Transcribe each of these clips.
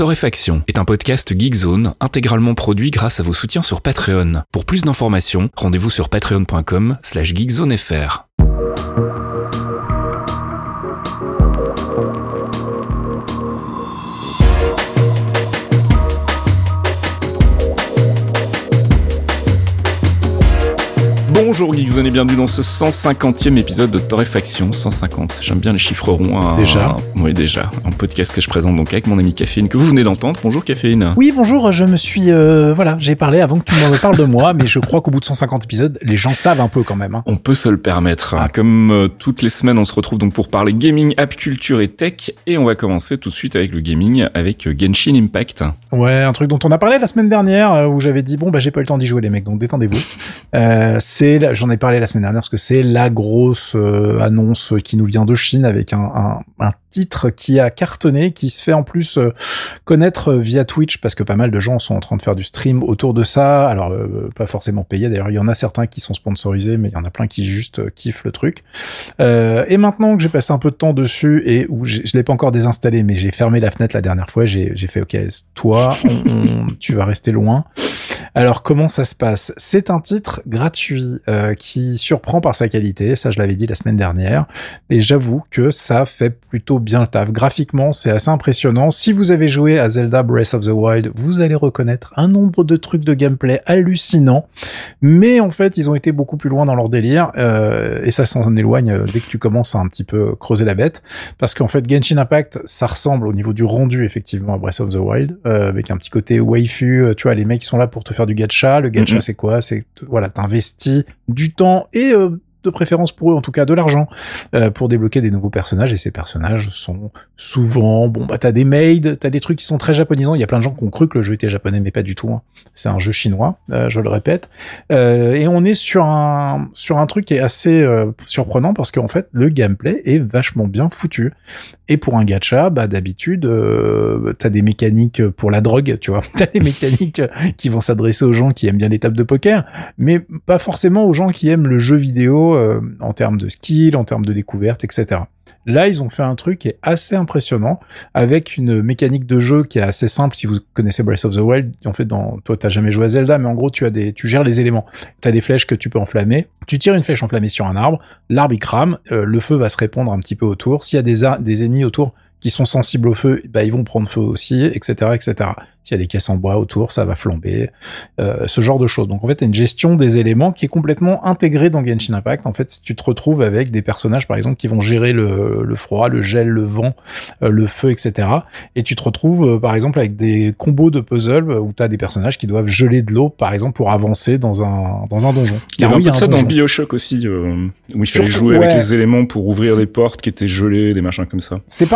Torréfaction est un podcast Geekzone intégralement produit grâce à vos soutiens sur Patreon. Pour plus d'informations, rendez-vous sur patreon.com/geekzonefr. Bonjour Geekzone et bienvenue dans ce 150e épisode de Torréfaction. 150, j'aime bien les chiffres ronds. Déjà. Oui, déjà. Un podcast que je présente donc avec mon ami Caféine, que vous venez d'entendre. Bonjour Caféine. Oui, bonjour, je me suis... j'ai parlé avant que tu me parles de moi, mais je crois qu'au bout de 150 épisodes, les gens savent un peu quand même. Hein. On peut se le permettre. Comme toutes les semaines, on se retrouve donc pour parler gaming, app culture et tech. Et on va commencer tout de suite avec le gaming, avec Genshin Impact. Ouais, un truc dont on a parlé la semaine dernière, où j'avais dit, j'ai pas eu le temps d'y jouer les mecs, donc détendez-vous. J'en ai parlé la semaine dernière parce que c'est la grosse annonce qui nous vient de Chine avec un titre qui a cartonné, qui se fait en plus connaître via Twitch parce que pas mal de gens sont en train de faire du stream autour de ça. Alors pas forcément payé d'ailleurs, il y en a certains qui sont sponsorisés, mais il y en a plein qui juste kiffent le truc. Et maintenant que j'ai passé un peu de temps dessus et où je l'ai pas encore désinstallé, mais j'ai fermé la fenêtre la dernière fois, j'ai fait ok, toi, tu vas rester loin. Alors comment ça se passe ? C'est un titre gratuit qui surprend par sa qualité, ça je l'avais dit la semaine dernière, et j'avoue que ça fait plutôt bien le taf. Graphiquement, c'est assez impressionnant. Si vous avez joué à Zelda Breath of the Wild, vous allez reconnaître un nombre de trucs de gameplay hallucinants, mais en fait, ils ont été beaucoup plus loin dans leur délire, et ça s'en éloigne dès que tu commences à un petit peu creuser la bête, parce qu'en fait, Genshin Impact, ça ressemble au niveau du rendu, effectivement, à Breath of the Wild, avec un petit côté waifu, tu vois, les mecs qui sont là pour te faire du gacha. Le gacha, c'est quoi ? C'est, voilà, t'investis du temps et de préférence pour eux, en tout cas de l'argent, pour débloquer des nouveaux personnages, et ces personnages sont souvent, t'as des maids, t'as des trucs qui sont très japonisants. Il y a plein de gens qui ont cru que le jeu était japonais, mais pas du tout, hein. C'est un jeu chinois, je le répète, et on est sur un truc qui est assez surprenant, parce qu'en fait, le gameplay est vachement bien foutu, et pour un gacha, d'habitude, t'as des mécaniques pour la drogue, tu vois, t'as des mécaniques qui vont s'adresser aux gens qui aiment bien les tables de poker, mais pas forcément aux gens qui aiment le jeu vidéo en termes de skill, en termes de découverte, etc. Là, ils ont fait un truc qui est assez impressionnant, avec une mécanique de jeu qui est assez simple. Si vous connaissez Breath of the Wild, en fait, toi, t'as jamais joué à Zelda, mais en gros, tu gères les éléments. T'as des flèches que tu peux enflammer. Tu tires une flèche enflammée sur un arbre, l'arbre il crame, le feu va se répandre un petit peu autour. S'il y a des ennemis autour qui sont sensibles au feu, ils vont prendre feu aussi, etc., etc. S'il y a des caisses en bois autour, ça va flamber, ce genre de choses. Donc en fait, t'as une gestion des éléments qui est complètement intégrée dans Genshin Impact. En fait, tu te retrouves avec des personnages, par exemple, qui vont gérer le froid, le gel, le vent, le feu, etc. Et tu te retrouves, par exemple, avec des combos de puzzle où t'as des personnages qui doivent geler de l'eau, par exemple, pour avancer dans un donjon. Il y a un peu de ça dans BioShock aussi, où il fallait jouer avec les éléments pour ouvrir les portes qui étaient gelées, des machins comme ça.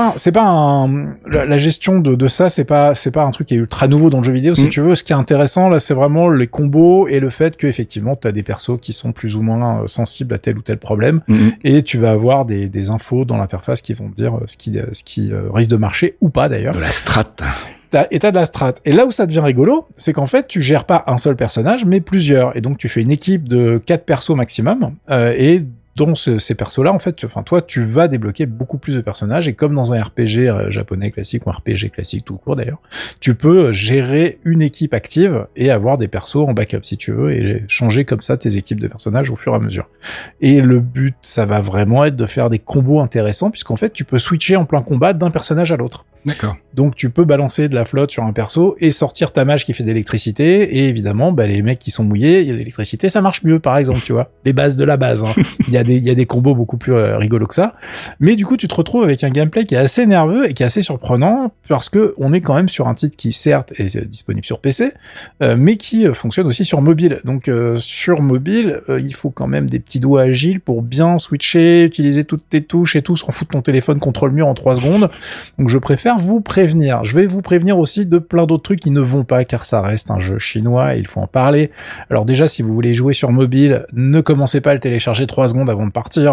La gestion de ça, c'est pas un truc qui est ultra nouveau dans le jeu vidéo, si tu veux. Ce qui est intéressant, là, c'est vraiment les combos et le fait que, effectivement, t'as des persos qui sont plus ou moins sensibles à tel ou tel problème, et tu vas avoir des infos dans l'interface qui vont te dire ce qui risque de marcher ou pas, d'ailleurs. De la strat. T'as de la strat. Et là où ça devient rigolo, c'est qu'en fait, tu gères pas un seul personnage, mais plusieurs. Et donc, tu fais une équipe de 4 persos maximum, et dans ces persos-là, en fait, toi, tu vas débloquer beaucoup plus de personnages, et comme dans un RPG japonais classique, ou un RPG classique tout court d'ailleurs, tu peux gérer une équipe active et avoir des persos en backup si tu veux, et changer comme ça tes équipes de personnages au fur et à mesure. Et le but, ça va vraiment être de faire des combos intéressants, puisqu'en fait, tu peux switcher en plein combat d'un personnage à l'autre. D'accord. Donc tu peux balancer de la flotte sur un perso et sortir ta mage qui fait d'électricité, et évidemment les mecs qui sont mouillés, l'électricité ça marche mieux, par exemple, tu vois, les bases de la base, hein. Il y a des combos beaucoup plus rigolos que ça, mais du coup tu te retrouves avec un gameplay qui est assez nerveux et qui est assez surprenant, parce que on est quand même sur un titre qui certes est disponible sur PC, mais qui fonctionne aussi sur mobile. Donc sur mobile, il faut quand même des petits doigts agiles pour bien switcher, utiliser toutes tes touches et tout, sans foutre ton téléphone contre le mur en 3 secondes. Donc je préfère vous prévenir. Je vais vous prévenir aussi de plein d'autres trucs qui ne vont pas, car ça reste un jeu chinois et il faut en parler. Alors déjà, si vous voulez jouer sur mobile, ne commencez pas à le télécharger 3 secondes avant de partir.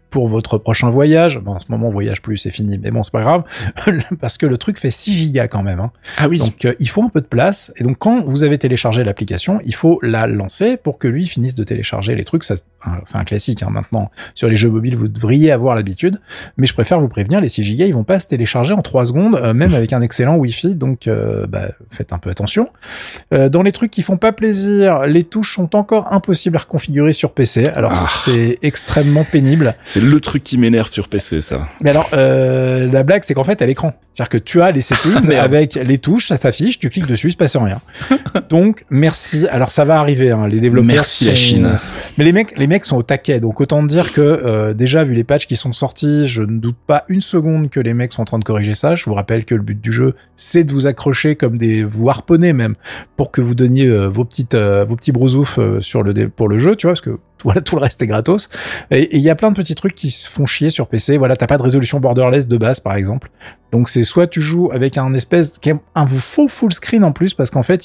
pour votre prochain voyage. Bon, en ce moment, on voyage plus, c'est fini, mais bon, c'est pas grave, parce que le truc fait 6 gigas quand même. Hein. Ah oui. Donc, il faut un peu de place. Et donc, quand vous avez téléchargé l'application, il faut la lancer pour que lui finisse de télécharger les trucs. Ça, c'est un classique, hein, maintenant. Sur les jeux mobiles, vous devriez avoir l'habitude. Mais je préfère vous prévenir, les 6 gigas, ils vont pas se télécharger en 3 secondes, même avec un excellent Wi-Fi. Donc, faites un peu attention. Dans les trucs qui font pas plaisir, les touches sont encore impossibles à reconfigurer sur PC. Alors, c'est extrêmement pénible. C'est le truc qui m'énerve sur PC, ça. Mais alors, la blague, c'est qu'en fait, à l'écran. C'est-à-dire que tu as les settings avec les touches, ça s'affiche, tu cliques dessus, il se passe rien. Donc, merci. Alors, ça va arriver, hein. Les développeurs merci la Chine. Mais les mecs sont au taquet. Donc, autant dire que, déjà, vu les patchs qui sont sortis, je ne doute pas une seconde que les mecs sont en train de corriger ça. Je vous rappelle que le but du jeu, c'est de vous accrocher vous harponner même, pour que vous donniez vos petits brousoufs pour le jeu, tu vois, parce que voilà, tout le reste est gratos. Et il y a plein de petits trucs qui se font chier sur PC. Voilà, t'as pas de résolution borderless de base, par exemple. Donc c'est soit tu joues avec un faux full screen en plus, parce qu'en fait,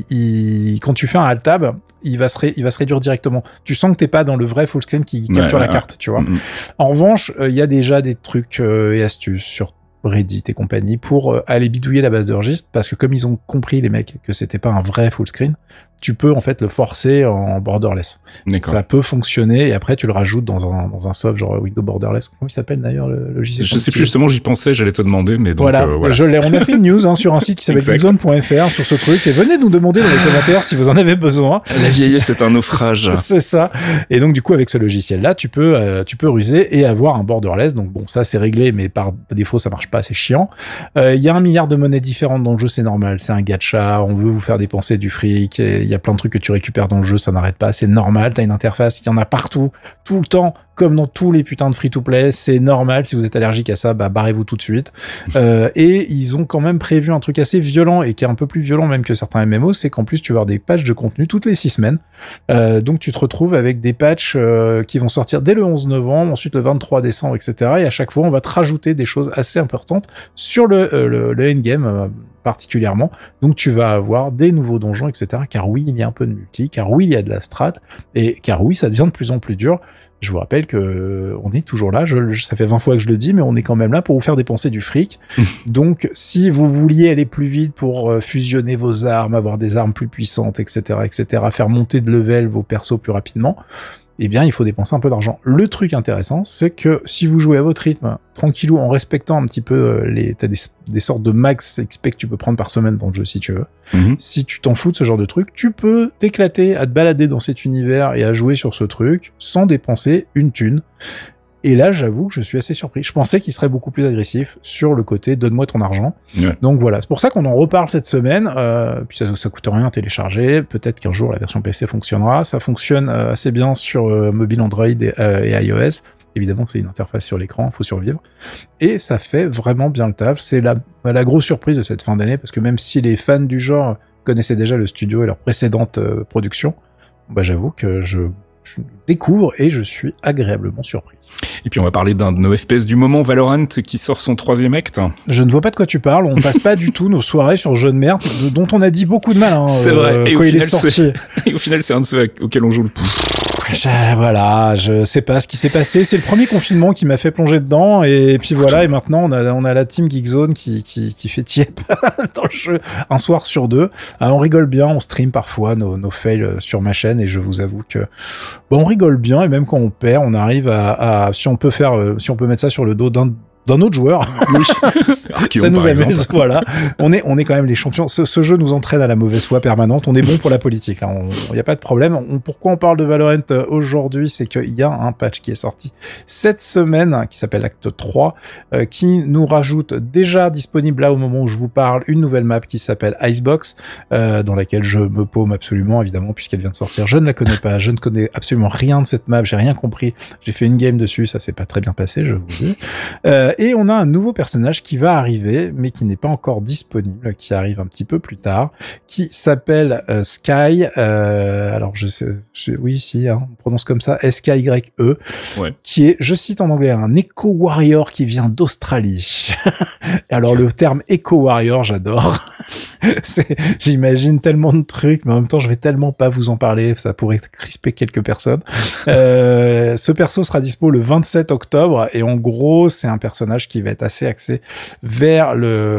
quand tu fais un alt tab, il va se réduire directement. Tu sens que t'es pas dans le vrai full screen qui capture la carte, tu vois. En revanche, il y a déjà des trucs et astuces sur Reddit et compagnie pour aller bidouiller la base de registre, parce que comme ils ont compris, les mecs, que c'était pas un vrai full screen, tu peux en fait le forcer en borderless. D'accord. Ça peut fonctionner, et après tu le rajoutes dans un soft genre Windows borderless. Comment il s'appelle d'ailleurs le logiciel? Je sais plus, justement, j'y pensais, j'allais te demander, mais donc voilà. Je l'ai. On a fait une news sur un site qui s'appelle geekzone.fr sur ce truc, et venez nous demander dans les commentaires si vous en avez besoin. La vieillesse est un naufrage. C'est ça. Et donc du coup, avec ce logiciel-là, tu peux ruser et avoir un borderless. Donc bon, ça c'est réglé, mais par défaut ça marche pas, c'est chiant. Il y a 1 milliard de monnaies différentes dans le jeu, c'est normal. C'est un gacha, on veut vous faire dépenser du fric. Il y a plein de trucs que tu récupères dans le jeu, ça n'arrête pas, c'est normal. T'as une interface, il y en a partout, tout le temps, comme dans tous les putains de free-to-play, c'est normal. Si vous êtes allergique à ça, barrez-vous tout de suite. Et ils ont quand même prévu un truc assez violent, et qui est un peu plus violent même que certains MMO, c'est qu'en plus tu vas avoir des patchs de contenu toutes les 6 semaines. Donc tu te retrouves avec des patchs qui vont sortir dès le 11 novembre, ensuite le 23 décembre, etc. Et à chaque fois, on va te rajouter des choses assez importantes sur le endgame, particulièrement. Donc tu vas avoir des nouveaux donjons, etc. Car oui, il y a un peu de multi, car oui, il y a de la strat, et car oui, ça devient de plus en plus dur. Je vous rappelle que on est toujours là, ça fait 20 fois que je le dis, mais on est quand même là pour vous faire dépenser du fric. Donc si vous vouliez aller plus vite pour fusionner vos armes, avoir des armes plus puissantes, etc., faire monter de level vos persos plus rapidement, eh bien, il faut dépenser un peu d'argent. Le truc intéressant, c'est que si vous jouez à votre rythme, tranquillou, en respectant un petit peu t'as des sortes de max XP que tu peux prendre par semaine dans le jeu si tu veux. Si tu t'en fous de ce genre de truc, tu peux t'éclater à te balader dans cet univers et à jouer sur ce truc sans dépenser une thune. Et là, j'avoue que je suis assez surpris. Je pensais qu'il serait beaucoup plus agressif sur le côté « donne-moi ton argent ». Donc voilà, c'est pour ça qu'on en reparle cette semaine. Puis ça coûte rien à télécharger. Peut-être qu'un jour, la version PC fonctionnera. Ça fonctionne assez bien sur mobile Android et iOS. Évidemment, c'est une interface sur l'écran, faut survivre. Et ça fait vraiment bien le taf. C'est la grosse surprise de cette fin d'année, parce que même si les fans du genre connaissaient déjà le studio et leur précédente production, j'avoue que je découvre et je suis agréablement surpris. Et puis on va parler d'un de nos FPS du moment, Valorant, qui sort son 3e acte. Je ne vois pas de quoi tu parles, on passe pas du tout nos soirées sur jeu de merde, dont on a dit beaucoup de mal, hein, c'est vrai. Quand il est sorti. Et au final, c'est un de ceux auxquels on joue le plus. Voilà, je sais pas ce qui s'est passé. C'est le premier confinement qui m'a fait plonger dedans, et puis voilà. Et maintenant, on a la team Geekzone qui fait tiep dans le jeu un soir sur 2. On rigole bien, on stream parfois nos fails sur ma chaîne, et je vous avoue que on rigole bien, et même quand on perd, on arrive à si on peut mettre ça sur le dos d'un autre joueur, ça nous amuse. Voilà, on est quand même les champions. Ce jeu nous entraîne à la mauvaise foi permanente. On est bon pour la politique. Là, il y a pas de problème. Pourquoi on parle de Valorant aujourd'hui, c'est qu'il y a un patch qui est sorti cette semaine qui s'appelle Acte 3, qui nous rajoute, déjà disponible là au moment où je vous parle, une nouvelle map qui s'appelle Icebox, dans laquelle je me paume absolument, évidemment, puisqu'elle vient de sortir. Je ne la connais pas. Je ne connais absolument rien de cette map. J'ai rien compris. J'ai fait une game dessus. Ça s'est pas très bien passé, je vous dis. Et on a un nouveau personnage qui va arriver, mais qui n'est pas encore disponible, qui arrive un petit peu plus tard, qui s'appelle Sky. Alors on prononce comme ça, S-K-Y-E, qui est, je cite en anglais, un Echo Warrior qui vient d'Australie. Alors le terme Echo Warrior, j'adore. J'imagine tellement de trucs, mais en même temps, je vais tellement pas vous en parler, ça pourrait crisper quelques personnes. Ce perso sera dispo le 27 octobre, et en gros, c'est un personnage qui va être assez axé vers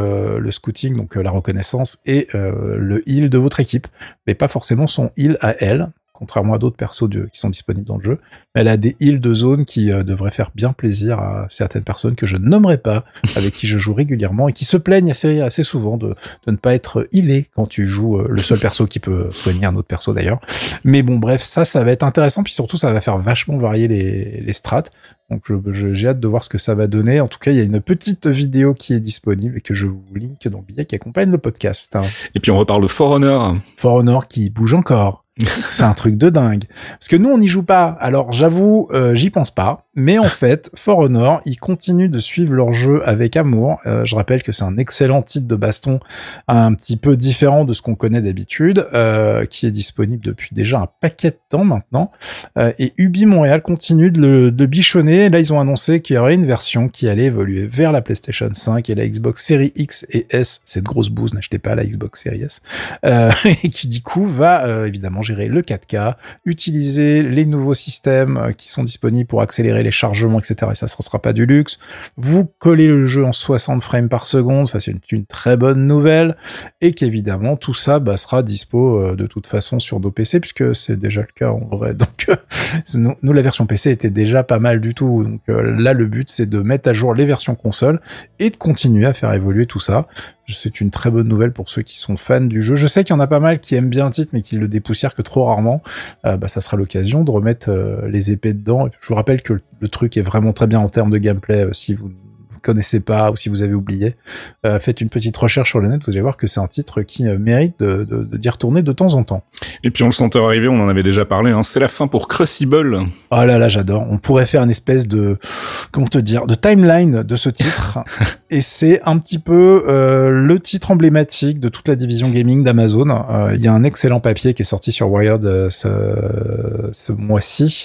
le scouting, donc la reconnaissance, et le heal de votre équipe, mais pas forcément son heal à elle, contrairement à d'autres persos qui sont disponibles dans le jeu. Mais elle a des heals de zone qui devraient faire bien plaisir à certaines personnes que je nommerai pas, avec qui je joue régulièrement, et qui se plaignent assez souvent de ne pas être healé quand tu joues le seul perso qui peut soigner un autre perso d'ailleurs. Mais bon, bref, ça va être intéressant, puis surtout, ça va faire vachement varier les strats. Donc j'ai hâte de voir ce que ça va donner. En tout cas, il y a une petite vidéo qui est disponible et que je vous link dans le billet qui accompagne le podcast. Et puis on reparle de For Honor. For Honor qui bouge encore. C'est un truc de dingue. Parce que nous, on n'y joue pas. Alors, j'avoue, j'y pense pas. Mais en fait, For Honor, ils continuent de suivre leur jeu avec amour. Je rappelle que c'est un excellent titre de baston, un petit peu différent de ce qu'on connaît d'habitude, qui est disponible depuis déjà un paquet de temps maintenant. Et Ubi Montréal continue de bichonner. Là, ils ont annoncé qu'il y aurait une version qui allait évoluer vers la PlayStation 5 et la Xbox Series X et S. Cette grosse bouse, n'achetez pas la Xbox Series S. Et qui, du coup, va évidemment gérer le 4K, utiliser les nouveaux systèmes qui sont disponibles pour accélérer les chargements, etc. Et ça ne sera pas du luxe. Vous collez le jeu en 60 frames par seconde, ça c'est une très bonne nouvelle. Et qu'évidemment, tout ça sera dispo de toute façon sur nos PC, puisque c'est déjà le cas en vrai. Donc, nous, la version PC était déjà pas mal du tout. Donc là, le but, c'est de mettre à jour les versions console et de continuer à faire évoluer tout ça. C'est une très bonne nouvelle pour ceux qui sont fans du jeu. Je sais qu'il y en a pas mal qui aiment bien le titre, mais qui le dépoussièrent que trop rarement. Ça sera l'occasion de remettre les épées dedans. Je vous rappelle que le truc est vraiment très bien en termes de gameplay. Si vous connaissez pas ou si vous avez oublié, faites une petite recherche sur le net, vous allez voir que c'est un titre qui mérite d'y retourner de temps en temps. Et puis on le sentait arriver, on en avait déjà parlé, c'est la fin pour Crucible. Oh là là, j'adore. On pourrait faire une espèce de, de timeline de ce titre. Et c'est un petit peu le titre emblématique de toute la division gaming d'Amazon. Il y a un excellent papier qui est sorti sur Wired ce mois-ci,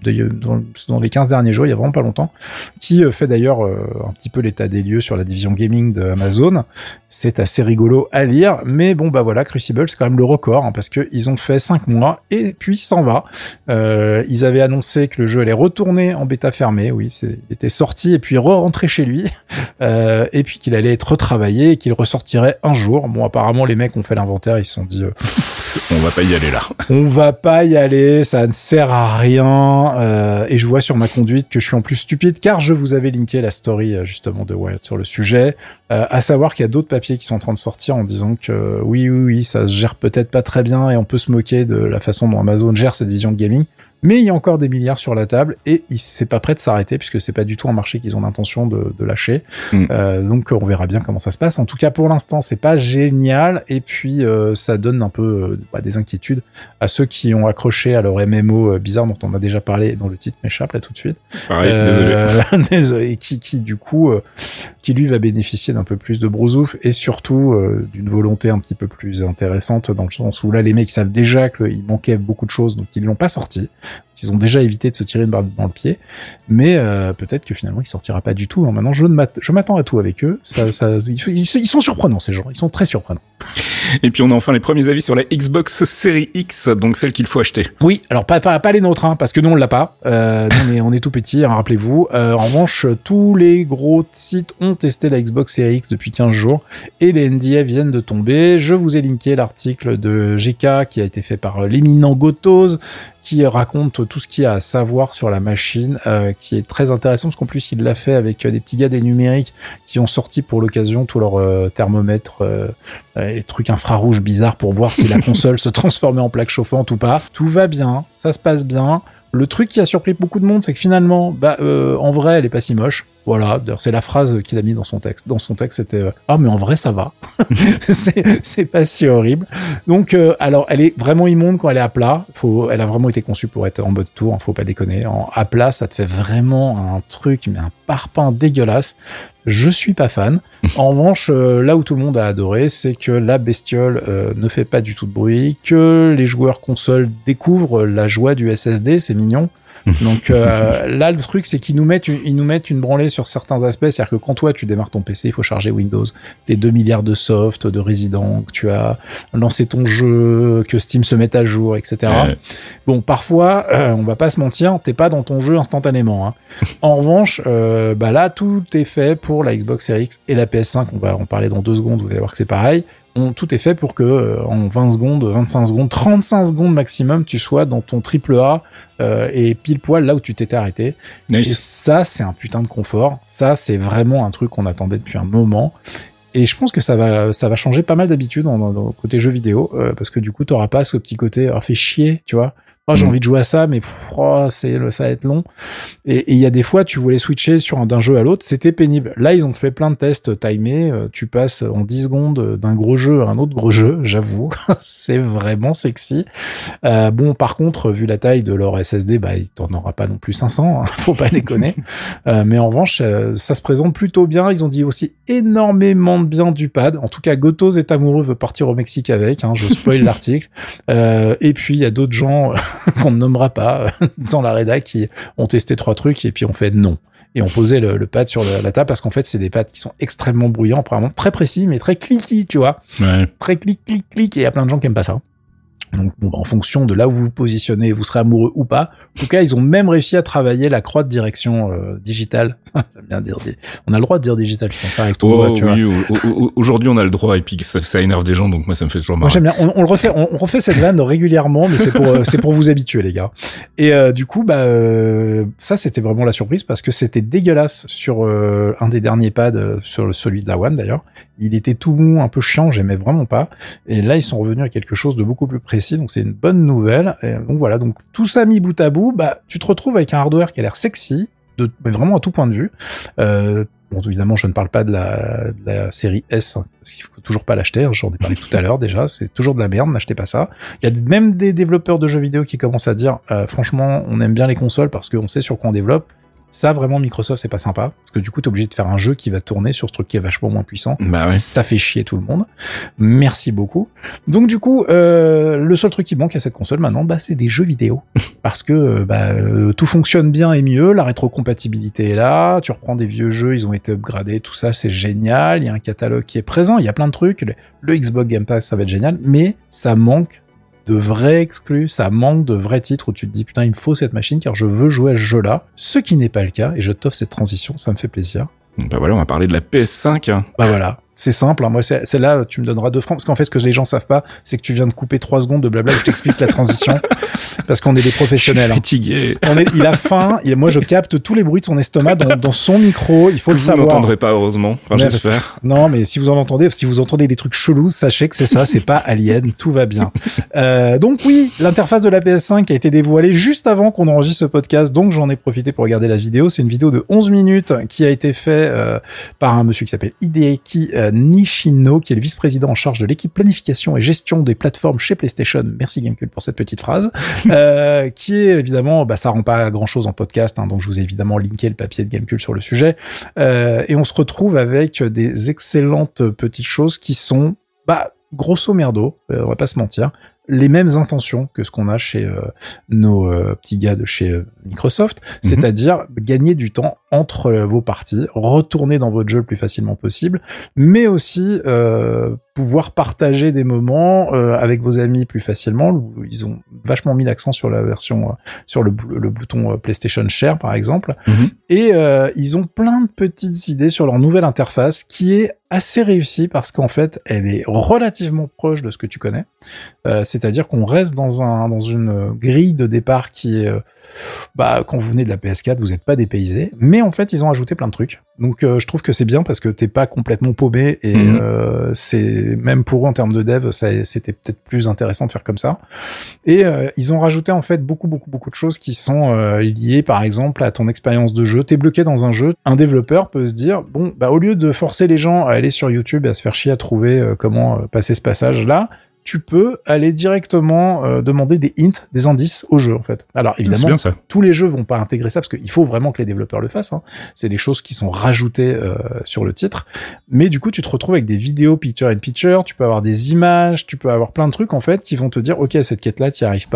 dans les 15 derniers jours, il y a vraiment pas longtemps, qui fait d'ailleurs un petit peu l'état des lieux sur la division gaming d'Amazon. C'est assez rigolo à lire, mais bon, voilà, Crucible, c'est quand même le record, parce que ils ont fait 5 mois, et puis s'en va. Ils avaient annoncé que le jeu allait retourner en bêta fermée, oui, il était sorti, et puis re-rentré chez lui, et puis qu'il allait être retravaillé, et qu'il ressortirait un jour. Bon, apparemment, les mecs ont fait l'inventaire, ils se sont dit... on va pas y aller là. On va pas y aller, ça ne sert à rien, et je vois sur ma conduite que je suis en plus stupide, car je vous avais linké la story, justement, de Wired sur le sujet, à savoir qu'il y a d'autres papiers qui sont en train de sortir en disant que oui, ça se gère peut-être pas très bien et on peut se moquer de la façon dont Amazon gère cette vision de gaming. Mais il y a encore des milliards sur la table et c'est pas prêt de s'arrêter puisque c'est pas du tout un marché qu'ils ont l'intention de lâcher. Donc on verra bien comment ça se passe. En tout cas pour l'instant c'est pas génial et puis ça donne un peu des inquiétudes à ceux qui ont accroché à leur MMO bizarre dont on a déjà parlé et dont le titre m'échappe là tout de suite. Pareil, désolé. Et qui du coup qui lui va bénéficier d'un peu plus de brousouf et surtout d'une volonté un petit peu plus intéressante dans le sens où là les mecs savent déjà qu'il manquait beaucoup de choses donc ils l'ont pas sorti. Ils ont déjà évité de se tirer une barre dans le pied, mais peut-être que finalement il sortira pas du tout. Alors maintenant, je m'attends à tout avec eux. Ils sont surprenants ces gens. Ils sont très surprenants. Et puis on a enfin les premiers avis sur la Xbox Series X, donc celle qu'il faut acheter. Oui, alors pas les nôtres, parce que nous on l'a pas. On est tout petit, rappelez-vous. En revanche, tous les gros sites ont testé la Xbox Series X depuis 15 jours et les NDA viennent de tomber. Je vous ai linké l'article de GK qui a été fait par l'éminent Gotoz, qui raconte tout ce qu'il y a à savoir sur la machine, qui est très intéressant parce qu'en plus il l'a fait avec des petits gars des numériques qui ont sorti pour l'occasion tous leurs thermomètres et trucs infrarouges bizarres pour voir si la console se transformait en plaque chauffante ou pas. Tout va bien, ça se passe bien. Le truc qui a surpris beaucoup de monde, c'est que finalement, en vrai, elle est pas si moche. Voilà, d'ailleurs, c'est la phrase qu'il a mis dans son texte. Dans son texte, c'était ah, mais en vrai, ça va. c'est pas si horrible. Donc, alors, elle est vraiment immonde quand elle est à plat. Elle a vraiment été conçue pour être en mode tour. Faut pas déconner. À plat, ça te fait vraiment un truc, mais un parpaing dégueulasse. Je suis pas fan. En revanche, là où tout le monde a adoré, c'est que la bestiole ne fait pas du tout de bruit, que les joueurs console découvrent la joie du SSD, c'est mignon. Donc là, le truc, c'est qu'ils nous mettent une branlée sur certains aspects. C'est-à-dire que quand toi, tu démarres ton PC, il faut charger Windows. T'es 2 milliards de soft, de résidents, que tu as lancé ton jeu, que Steam se mette à jour, etc. Ouais. Bon, parfois, on va pas se mentir, t'es pas dans ton jeu instantanément. Hein. En revanche, là, tout est fait pour la Xbox Series X et la PS5. On va en parler dans 2 secondes, vous allez voir que c'est pareil. Tout est fait pour que en 20 secondes, 25 secondes, 35 secondes maximum, tu sois dans ton AAA et pile poil là où tu t'étais arrêté. Nice. Et ça, c'est un putain de confort. Ça, c'est vraiment un truc qu'on attendait depuis un moment. Et je pense que ça va changer pas mal d'habitudes dans le côté jeux vidéo, parce que du coup, t'auras pas ce petit côté, fait chier, tu vois. Oh, j'ai envie de jouer à ça, mais ça va être long. Et il y a des fois, tu voulais switcher d'un jeu à l'autre, c'était pénible. Là, ils ont fait plein de tests timés. Tu passes en 10 secondes d'un gros jeu à un autre gros jeu, j'avoue. C'est vraiment sexy. Par contre, vu la taille de leur SSD, il t'en aura pas non plus 500, hein, faut pas déconner. Mais en revanche, ça se présente plutôt bien. Ils ont dit aussi énormément de bien du pad. En tout cas, Gotos est amoureux, veut partir au Mexique avec. Hein, je spoil l'article. Et puis, il y a d'autres gens qu'on ne nommera pas dans la rédac qui ont testé 3 trucs et puis on fait non. Et on posait le pad sur la table parce qu'en fait, c'est des pads qui sont extrêmement bruyants, apparemment très précis, mais très clicky, tu vois. Ouais. Très clic. Et il y a plein de gens qui aiment pas ça. Donc, en fonction de là où vous vous positionnez, vous serez amoureux ou pas. En tout cas, ils ont même réussi à travailler la croix de direction digitale. J'aime bien dire, on a le droit de dire digital, je pense, avec toi, tu vois. Aujourd'hui, on a le droit, et puis ça énerve des gens, donc moi, ça me fait toujours marrer. Moi, j'aime bien. On refait cette vanne régulièrement, mais c'est pour vous habituer, les gars. Et du coup, ça, c'était vraiment la surprise parce que c'était dégueulasse sur un des derniers pads, sur celui de la One d'ailleurs. Il était tout mou, un peu chiant, j'aimais vraiment pas. Et là, ils sont revenus à quelque chose de beaucoup plus précis, donc c'est une bonne nouvelle. Et donc voilà, donc tout ça mis bout à bout, tu te retrouves avec un hardware qui a l'air sexy, mais vraiment à tout point de vue. Évidemment, je ne parle pas de la série S, hein, parce qu'il faut toujours pas l'acheter. J'en ai parlé tout à l'heure déjà. C'est toujours de la merde. N'achetez pas ça. Il y a même des développeurs de jeux vidéo qui commencent à dire, franchement, on aime bien les consoles parce qu'on sait sur quoi on développe. Ça, vraiment, Microsoft, c'est pas sympa. Parce que du coup, t'es obligé de faire un jeu qui va tourner sur ce truc qui est vachement moins puissant. Bah ouais. Ça fait chier tout le monde. Merci beaucoup. Donc, du coup, le seul truc qui manque à cette console maintenant, c'est des jeux vidéo. Parce que, tout fonctionne bien et mieux. La rétrocompatibilité est là. Tu reprends des vieux jeux, ils ont été upgradés. Tout ça, c'est génial. Il y a un catalogue qui est présent. Il y a plein de trucs. Le Xbox Game Pass, ça va être génial. Mais ça manque de vrais exclus, ça manque de vrais titres où tu te dis putain il me faut cette machine car je veux jouer à ce jeu-là, ce qui n'est pas le cas et je t'offre cette transition, ça me fait plaisir. Voilà, on va parler de la PS5. Voilà, c'est simple, hein. Moi c'est là tu me donneras 2 francs parce qu'en fait ce que les gens savent pas c'est que tu viens de couper 3 secondes de blabla, je t'explique la transition parce qu'on est des professionnels. Je suis fatigué. Il a faim, moi je capte tous les bruits de son estomac dans son micro, il faut le savoir. Vous n'entendrez pas heureusement, j'espère. Non mais si vous entendez des trucs chelous, sachez que c'est ça, c'est pas Alien, tout va bien. Donc oui, l'interface de la PS5 a été dévoilée juste avant qu'on enregistre ce podcast, donc j'en ai profité pour regarder la vidéo. C'est une vidéo de 11 minutes qui a été faite par un monsieur qui s'appelle Hideki Nishino, qui est le vice-président en charge de l'équipe planification et gestion des plateformes chez PlayStation. Merci Gamecube pour cette petite phrase. Qui est évidemment, ça rend pas grand chose en podcast, hein, donc je vous ai évidemment linké le papier de Gamecube sur le sujet. Et on se retrouve avec des excellentes petites choses qui sont, grosso merdo, on va pas se mentir, les mêmes intentions que ce qu'on a chez nos petits gars de chez Microsoft, c'est-à-dire gagner du temps entre vos parties, retourner dans votre jeu le plus facilement possible, mais aussi pouvoir partager des moments avec vos amis plus facilement. Ils ont vachement mis l'accent sur la version, sur le bouton PlayStation Share par exemple, et ils ont plein de petites idées sur leur nouvelle interface qui est assez réussie parce qu'en fait elle est relativement proche de ce que tu connais, c'est-à-dire qu'on reste dans une grille de départ qui est quand vous venez de la PS4 vous n'êtes pas dépaysé, mais en fait ils ont ajouté plein de trucs, donc je trouve que c'est bien parce que t'es pas complètement paumé et c'est même pour eux en termes de dev c'était peut-être plus intéressant de faire comme ça, et ils ont rajouté en fait beaucoup de choses qui sont liées par exemple à ton expérience de jeu. T'es bloqué dans un jeu, un développeur peut se dire au lieu de forcer les gens à aller sur YouTube et à se faire chier à trouver comment passer ce passage là, tu peux aller directement demander des hints, des indices au jeu en fait. Alors évidemment, tous les jeux vont pas intégrer ça parce qu'il faut vraiment que les développeurs le fassent, hein. C'est des choses qui sont rajoutées sur le titre. Mais du coup, tu te retrouves avec des vidéos picture in picture, tu peux avoir des images, tu peux avoir plein de trucs en fait qui vont te dire OK, cette quête-là, t'y arrives pas.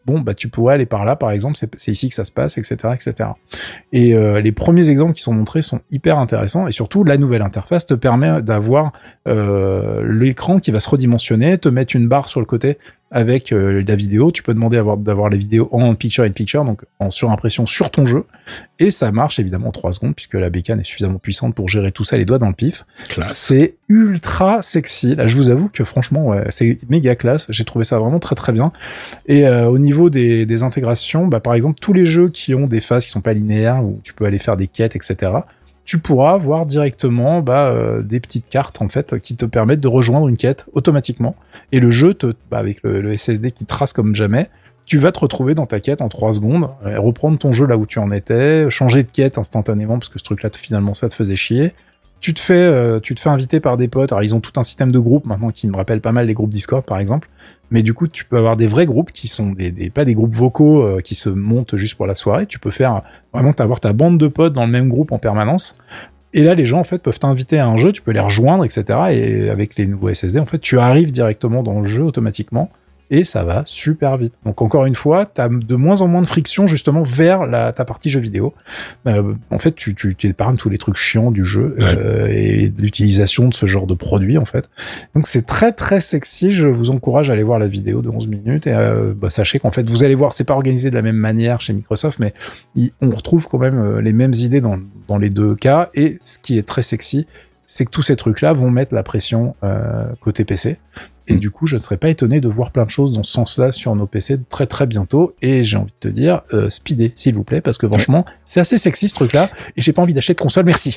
bon, bah, tu pourrais aller par là, par exemple, c'est ici que ça se passe, etc., etc. Et les premiers exemples qui sont montrés sont hyper intéressants, et surtout, la nouvelle interface te permet d'avoir l'écran qui va se redimensionner, te mettre une barre sur le côté avec la vidéo. Tu peux demander d'avoir les vidéos en picture-in-picture, donc en surimpression sur ton jeu, et ça marche évidemment en 3 secondes, puisque la bécane est suffisamment puissante pour gérer tout ça les doigts dans le pif. Classe. C'est ultra sexy. Là, je vous avoue que franchement, ouais, c'est méga classe. J'ai trouvé ça vraiment très très bien. Et au niveau des intégrations, bah, par exemple, tous les jeux qui ont des phases qui sont pas linéaires, où tu peux aller faire des quêtes, etc., tu pourras voir directement des petites cartes en fait qui te permettent de rejoindre une quête automatiquement. Et le jeu, avec le SSD qui trace comme jamais, tu vas te retrouver dans ta quête en 3 secondes, reprendre ton jeu là où tu en étais, changer de quête instantanément parce que ce truc-là, finalement, ça te faisait chier. Tu te fais inviter par des potes. Alors, ils ont tout un système de groupes maintenant qui me rappelle pas mal les groupes Discord, par exemple. Mais du coup, tu peux avoir des vrais groupes qui sont pas des groupes vocaux qui se montent juste pour la soirée. Tu peux faire vraiment avoir ta bande de potes dans le même groupe en permanence. Et là, les gens, en fait, peuvent t'inviter à un jeu, tu peux les rejoindre, etc. Et avec les nouveaux SSD, en fait, tu arrives directement dans le jeu automatiquement. Et ça va super vite. Donc encore une fois, t'as de moins en moins de friction justement vers ta partie jeu vidéo. En fait, tu épargnes tous les trucs chiants du jeu et l'utilisation de ce genre de produit en fait. Donc c'est très très sexy. Je vous encourage à aller voir la vidéo de 11 minutes et sachez qu'en fait vous allez voir, c'est pas organisé de la même manière chez Microsoft, mais on retrouve quand même les mêmes idées dans les deux cas. Et ce qui est très sexy, c'est que tous ces trucs-là vont mettre la pression côté PC. Et du coup, je ne serais pas étonné de voir plein de choses dans ce sens-là sur nos PC très très bientôt. Et j'ai envie de te dire, speedez, s'il vous plaît, parce que franchement, c'est assez sexy ce truc-là. Et j'ai pas envie d'acheter de console, merci.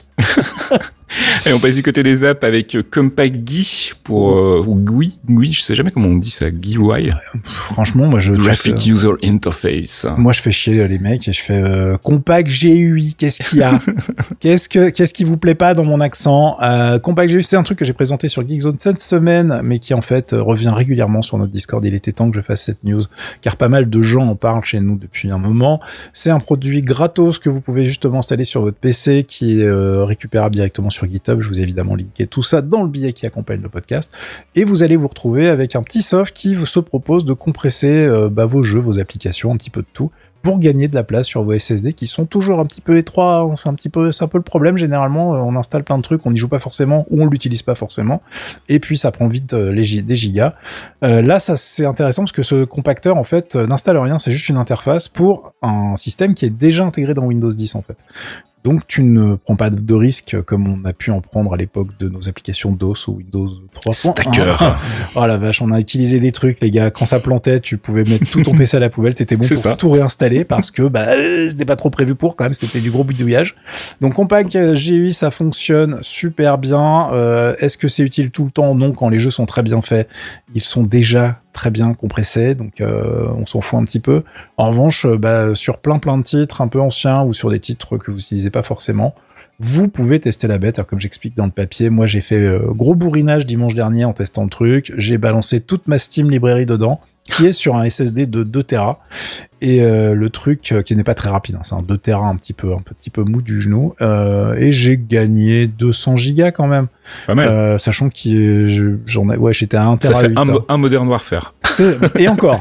Et on passe du côté des apps avec Compact GUI ou GUI, je sais jamais comment on dit ça, GUI. Franchement, moi Graphic User Interface. Moi, je fais chier les mecs et je fais Compact GUI. Qu'est-ce qu'il y a? Qu'est-ce qui vous plaît pas dans mon accent? Compact GUI, c'est un truc que j'ai présenté sur Geekzone cette semaine, mais qui en fait revient régulièrement sur notre Discord. Il était temps que je fasse cette news, car pas mal de gens en parlent chez nous depuis un moment. C'est un produit gratos que vous pouvez justement installer sur votre PC, qui est récupérable directement sur GitHub. Je vous ai évidemment linké tout ça dans le billet qui accompagne le podcast. Et vous allez vous retrouver avec un petit soft qui se propose de compresser vos jeux, vos applications, un petit peu de tout, pour gagner de la place sur vos SSD qui sont toujours un petit peu étroits. C'est un peu le problème généralement. On installe plein de trucs, on n'y joue pas forcément ou on l'utilise pas forcément, et puis ça prend vite des gigas. Là, ça c'est intéressant parce que ce compacteur en fait n'installe rien, c'est juste une interface pour un système qui est déjà intégré dans Windows 10 en fait. Donc tu ne prends pas de risque comme on a pu en prendre à l'époque de nos applications DOS ou Windows 3. Stacker. Oh la vache, on a utilisé des trucs les gars, quand ça plantait, tu pouvais mettre tout ton PC à la poubelle, t'étais bon pour tout réinstaller parce que c'était pas trop prévu pour quand même, c'était du gros bidouillage. Donc Compact GUI, ça fonctionne super bien. Est-ce que c'est utile tout le temps? Non, quand les jeux sont très bien faits, ils sont déjà très bien compressés, donc on s'en fout un petit peu. En revanche, sur plein de titres un peu anciens ou sur des titres que vous n'utilisez pas forcément, vous pouvez tester la bête. Alors, comme j'explique dans le papier, moi j'ai fait gros bourrinage dimanche dernier en testant le truc. J'ai balancé toute ma Steam librairie dedans, qui est sur un SSD de 2 Tera. Et le truc qui n'est pas très rapide, hein, c'est un 2 Tera un petit peu mou du genou. Et j'ai gagné 200 gigas quand même. Pas mal. Sachant que j'étais à 1 Tera. Ça fait un Modern Warfare. Et encore.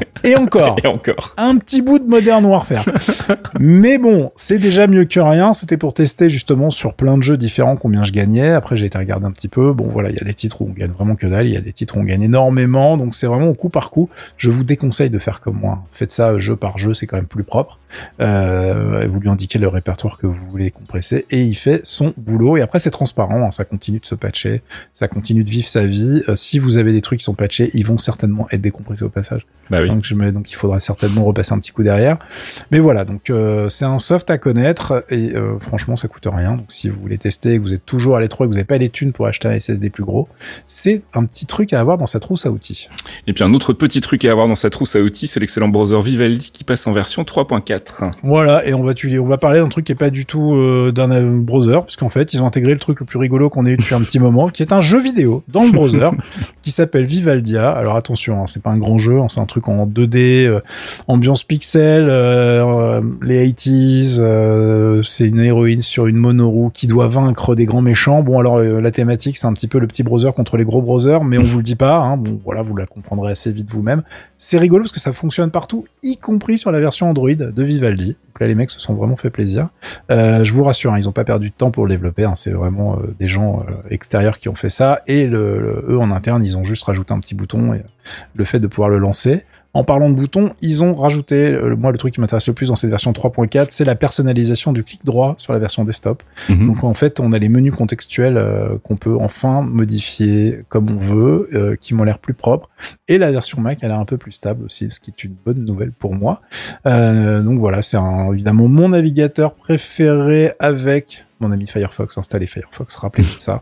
Un petit bout de Modern Warfare. Mais bon, c'est déjà mieux que rien. C'était pour tester justement sur plein de jeux différents combien je gagnais. Après, j'ai été regarder un petit peu. Bon, voilà, il y a des titres où on gagne vraiment que dalle. Il y a des titres où on gagne énormément. Donc, c'est vraiment au coup par coup. Je vous déconseille de faire comme moi. Faites ça jeu par jeu, c'est quand même plus propre. Vous lui indiquez le répertoire que vous voulez compresser et il fait son boulot. Et après, c'est transparent. Hein, ça continue de se patcher. Ça continue de vivre sa vie. Si vous avez des trucs qui sont patchés, ils vont certainement être décompressés au passage. Bah oui. Donc il faudra certainement repasser un petit coup derrière. Mais voilà, donc c'est un soft à connaître et franchement ça coûte rien. Donc si vous voulez tester et que vous êtes toujours à l'étroit et que vous n'avez pas les thunes pour acheter un SSD plus gros, c'est un petit truc à avoir dans sa trousse à outils. Et puis un autre petit truc à avoir dans sa trousse à outils, c'est l'excellent browser Vivaldi qui passe passe en version 3.4. Voilà, et on va parler d'un truc qui est pas du tout d'un browser, puisqu'en fait, ils ont intégré le truc le plus rigolo qu'on ait eu depuis un petit moment, qui est un jeu vidéo dans le browser, qui s'appelle Vivaldia. Alors attention, hein, c'est pas un grand jeu, hein, c'est un truc en 2D, ambiance pixel, les 80s, c'est une héroïne sur une monoroue qui doit vaincre des grands méchants. Bon, alors la thématique, c'est un petit peu le petit browser contre les gros browsers, mais on vous le dit pas, hein. Bon, voilà, vous la comprendrez assez vite vous-même. C'est rigolo parce que ça fonctionne partout, y compris sur la version Android de Vivaldi. Donc là, les mecs se sont vraiment fait plaisir. Je vous rassure, hein, ils ont pas perdu de temps pour le développer, hein. C'est vraiment des gens extérieurs qui ont fait ça, et eux en interne, ils ont juste rajouté un petit bouton et le fait de pouvoir le lancer. En parlant de boutons, ils ont rajouté, moi le truc qui m'intéresse le plus dans cette version 3.4, c'est la personnalisation du clic droit sur la version desktop. Donc en fait, on a les menus contextuels qu'on peut enfin modifier comme on veut, qui m'ont l'air plus propres. Et la version Mac, elle est un peu plus stable aussi, ce qui est une bonne nouvelle pour moi. Donc voilà, c'est évidemment mon navigateur préféré avec mon ami Firefox. Installez Firefox, rappelez-vous de ça.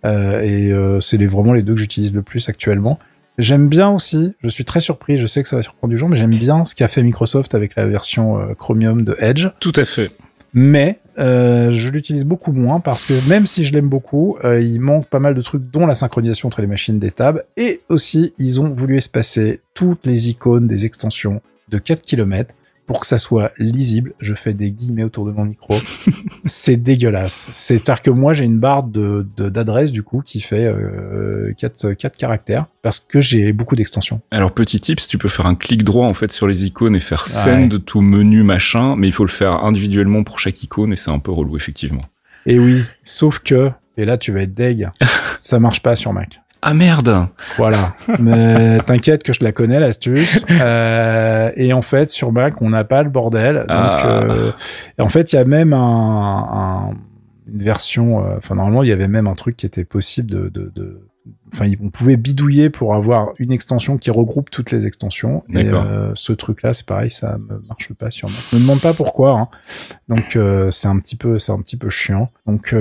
C'est vraiment les deux que j'utilise le plus actuellement. J'aime bien aussi, je suis très surpris, je sais que ça va surprendre du jour, mais j'aime bien ce qu'a fait Microsoft avec la version Chromium de Edge. Tout à fait. Mais je l'utilise beaucoup moins parce que même si je l'aime beaucoup, il manque pas mal de trucs, dont la synchronisation entre les machines des tabs, et aussi ils ont voulu espacer toutes les icônes des extensions de 4 km pour que ça soit lisible. Je fais des guillemets autour de mon micro. C'est dégueulasse. C'est-à-dire que moi, j'ai une barre d'adresse, du coup, qui fait 4 caractères, parce que j'ai beaucoup d'extensions. Alors, petit tips, tu peux faire un clic droit, en fait, sur les icônes et faire send tout menu, machin, mais il faut le faire individuellement pour chaque icône, et c'est un peu relou, effectivement. Et oui, sauf que, et là, tu vas être deg, ça marche pas sur Mac. Ah merde! Voilà. Mais t'inquiète que je la connais, l'astuce. Et en fait, sur Mac, on n'a pas le bordel. Donc, et en fait, il y a même une version, normalement, il y avait même un truc qui était possible on pouvait bidouiller pour avoir une extension qui regroupe toutes les extensions. D'accord. Et ce truc-là, c'est pareil, ça me marche pas sur Mac. Je me demande pas pourquoi, hein. Donc c'est un petit peu chiant. Donc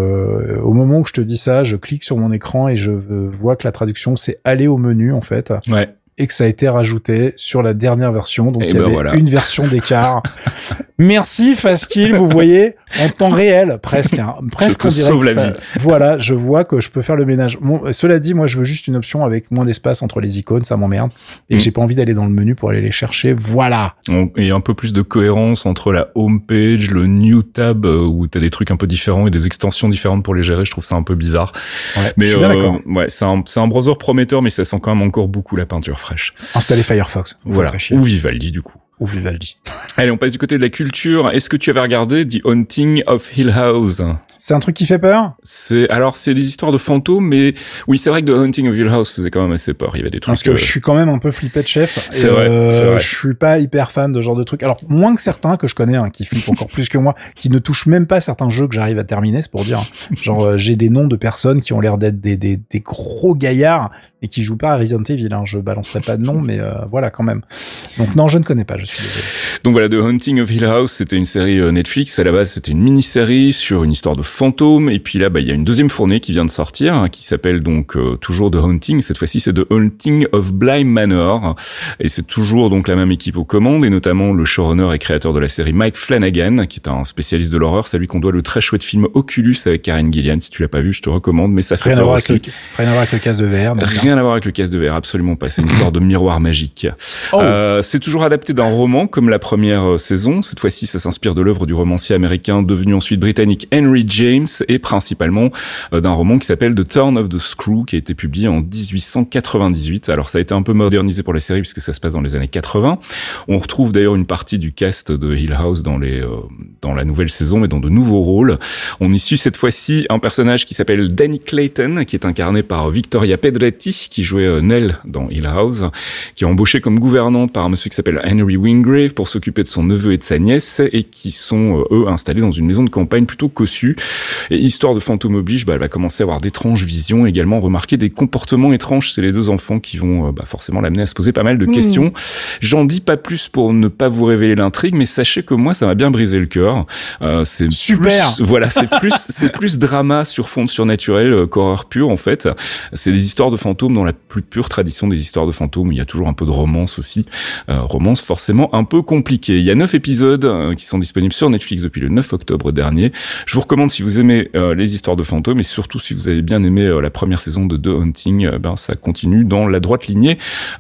au moment où je te dis ça, je clique sur mon écran et je vois que la traduction c'est aller au menu en fait. Ouais. Et que ça a été rajouté sur la dernière version. Donc il y avait voilà. une version d'écart. Merci Fastkill, vous voyez, en temps réel, presque en direct. Sauve la vie. Voilà, je vois que je peux faire le ménage. Cela dit, moi je veux juste une option avec moins d'espace entre les icônes, ça m'emmerde. Et j'ai pas envie d'aller dans le menu pour aller les chercher. Voilà. Et un peu plus de cohérence entre la home page, le new tab, où t'as des trucs un peu différents et des extensions différentes pour les gérer. Je trouve ça un peu bizarre. Ouais, mais je suis bien d'accord. Ouais, c'est un browser prometteur, mais ça sent quand même encore beaucoup la peinture fraîche. Installez Firefox. Voilà. Ou Vivaldi, du coup. Ou Vivaldi. Allez, on passe du côté de la culture. Est-ce que tu avais regardé The Haunting of Hill House? C'est un truc qui fait peur? C'est des histoires de fantômes, mais oui, c'est vrai que The Haunting of Hill House faisait quand même assez peur. Il y avait des trucs. Parce que je suis quand même un peu flippé de chef. C'est vrai. Je suis pas hyper fan de ce genre de trucs. Alors, moins que certains que je connais, hein, qui flippent encore plus que moi, qui ne touchent même pas certains jeux que j'arrive à terminer, c'est pour dire. Genre, j'ai des noms de personnes qui ont l'air d'être des gros gaillards et qui jouent pas à Resident Evil, hein. Je balancerai pas de nom, mais voilà, quand même. Donc non, je ne connais pas, je suis désolé. Donc voilà, The Haunting of Hill House, c'était une série Netflix. À la base, c'était une mini-série sur une histoire de fantômes. Et puis là, il y a une deuxième fournée qui vient de sortir, hein, qui s'appelle donc toujours The Haunting. Cette fois-ci, c'est The Haunting of Bly Manor. Et c'est toujours donc la même équipe aux commandes, et notamment le showrunner et créateur de la série Mike Flanagan, qui est un spécialiste de l'horreur. C'est à lui qu'on doit le très chouette film Oculus avec Karen Gillian. Si tu l'as pas vu, je te recommande, mais ça fait peur aussi. Rien à voir avec le casque de VR. Rien à voir avec le casque de VR, absolument pas. C'est une histoire de miroir magique. C'est toujours adapté d'un roman, comme la première saison. Cette fois-ci, ça s'inspire de l'œuvre du romancier américain devenu ensuite britannique Henry James, et principalement d'un roman qui s'appelle The Turn of the Screw, qui a été publié en 1898. Alors ça a été un peu modernisé pour la série puisque ça se passe dans les années 80. On retrouve d'ailleurs une partie du cast de Hill House dans la nouvelle saison, mais dans de nouveaux rôles. On y suit cette fois-ci un personnage qui s'appelle Danny Clayton, qui est incarné par Victoria Pedretti, qui jouait Nell dans Hill House, qui est embauchée comme gouvernante par un monsieur qui s'appelle Henry Wingrave pour s'occuper de son neveu et de sa nièce, et qui sont eux installés dans une maison de campagne plutôt cossue. Et histoire de fantôme oblige, elle va commencer à avoir d'étranges visions, également remarquer des comportements étranges chez les deux enfants qui vont forcément l'amener à se poser pas mal de questions. J'en dis pas plus pour ne pas vous révéler l'intrigue, mais sachez que moi ça m'a bien brisé le cœur. C'est super. C'est plus drama sur fond de surnaturel qu'horreur pure en fait. C'est des histoires de fantômes dans la plus pure tradition des histoires de fantômes. Il y a toujours un peu de romance aussi. Romance forcément un peu compliquée. Il y a 9 épisodes qui sont disponibles sur Netflix depuis le 9 octobre dernier. Je vous recommande si vous aimez les histoires de fantômes et surtout si vous avez bien aimé la première saison de The Haunting, ça continue dans la droite lignée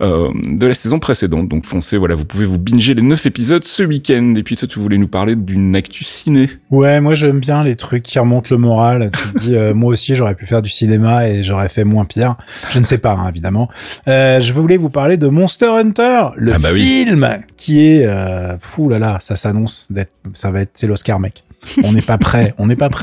de la saison précédente. Donc foncez, voilà, vous pouvez vous binger les 9 épisodes ce week-end. Et puis toi, tu voulais nous parler d'une actu ciné. Ouais, moi j'aime bien les trucs qui remontent le moral. Tu te dis, moi aussi j'aurais pu faire du cinéma et j'aurais fait moins pire. Je ne sais pas, évidemment. Je voulais vous parler de Monster Hunter, le film qui est, fou là là, ça s'annonce c'est l'Oscar, mec. On n'est pas prêt.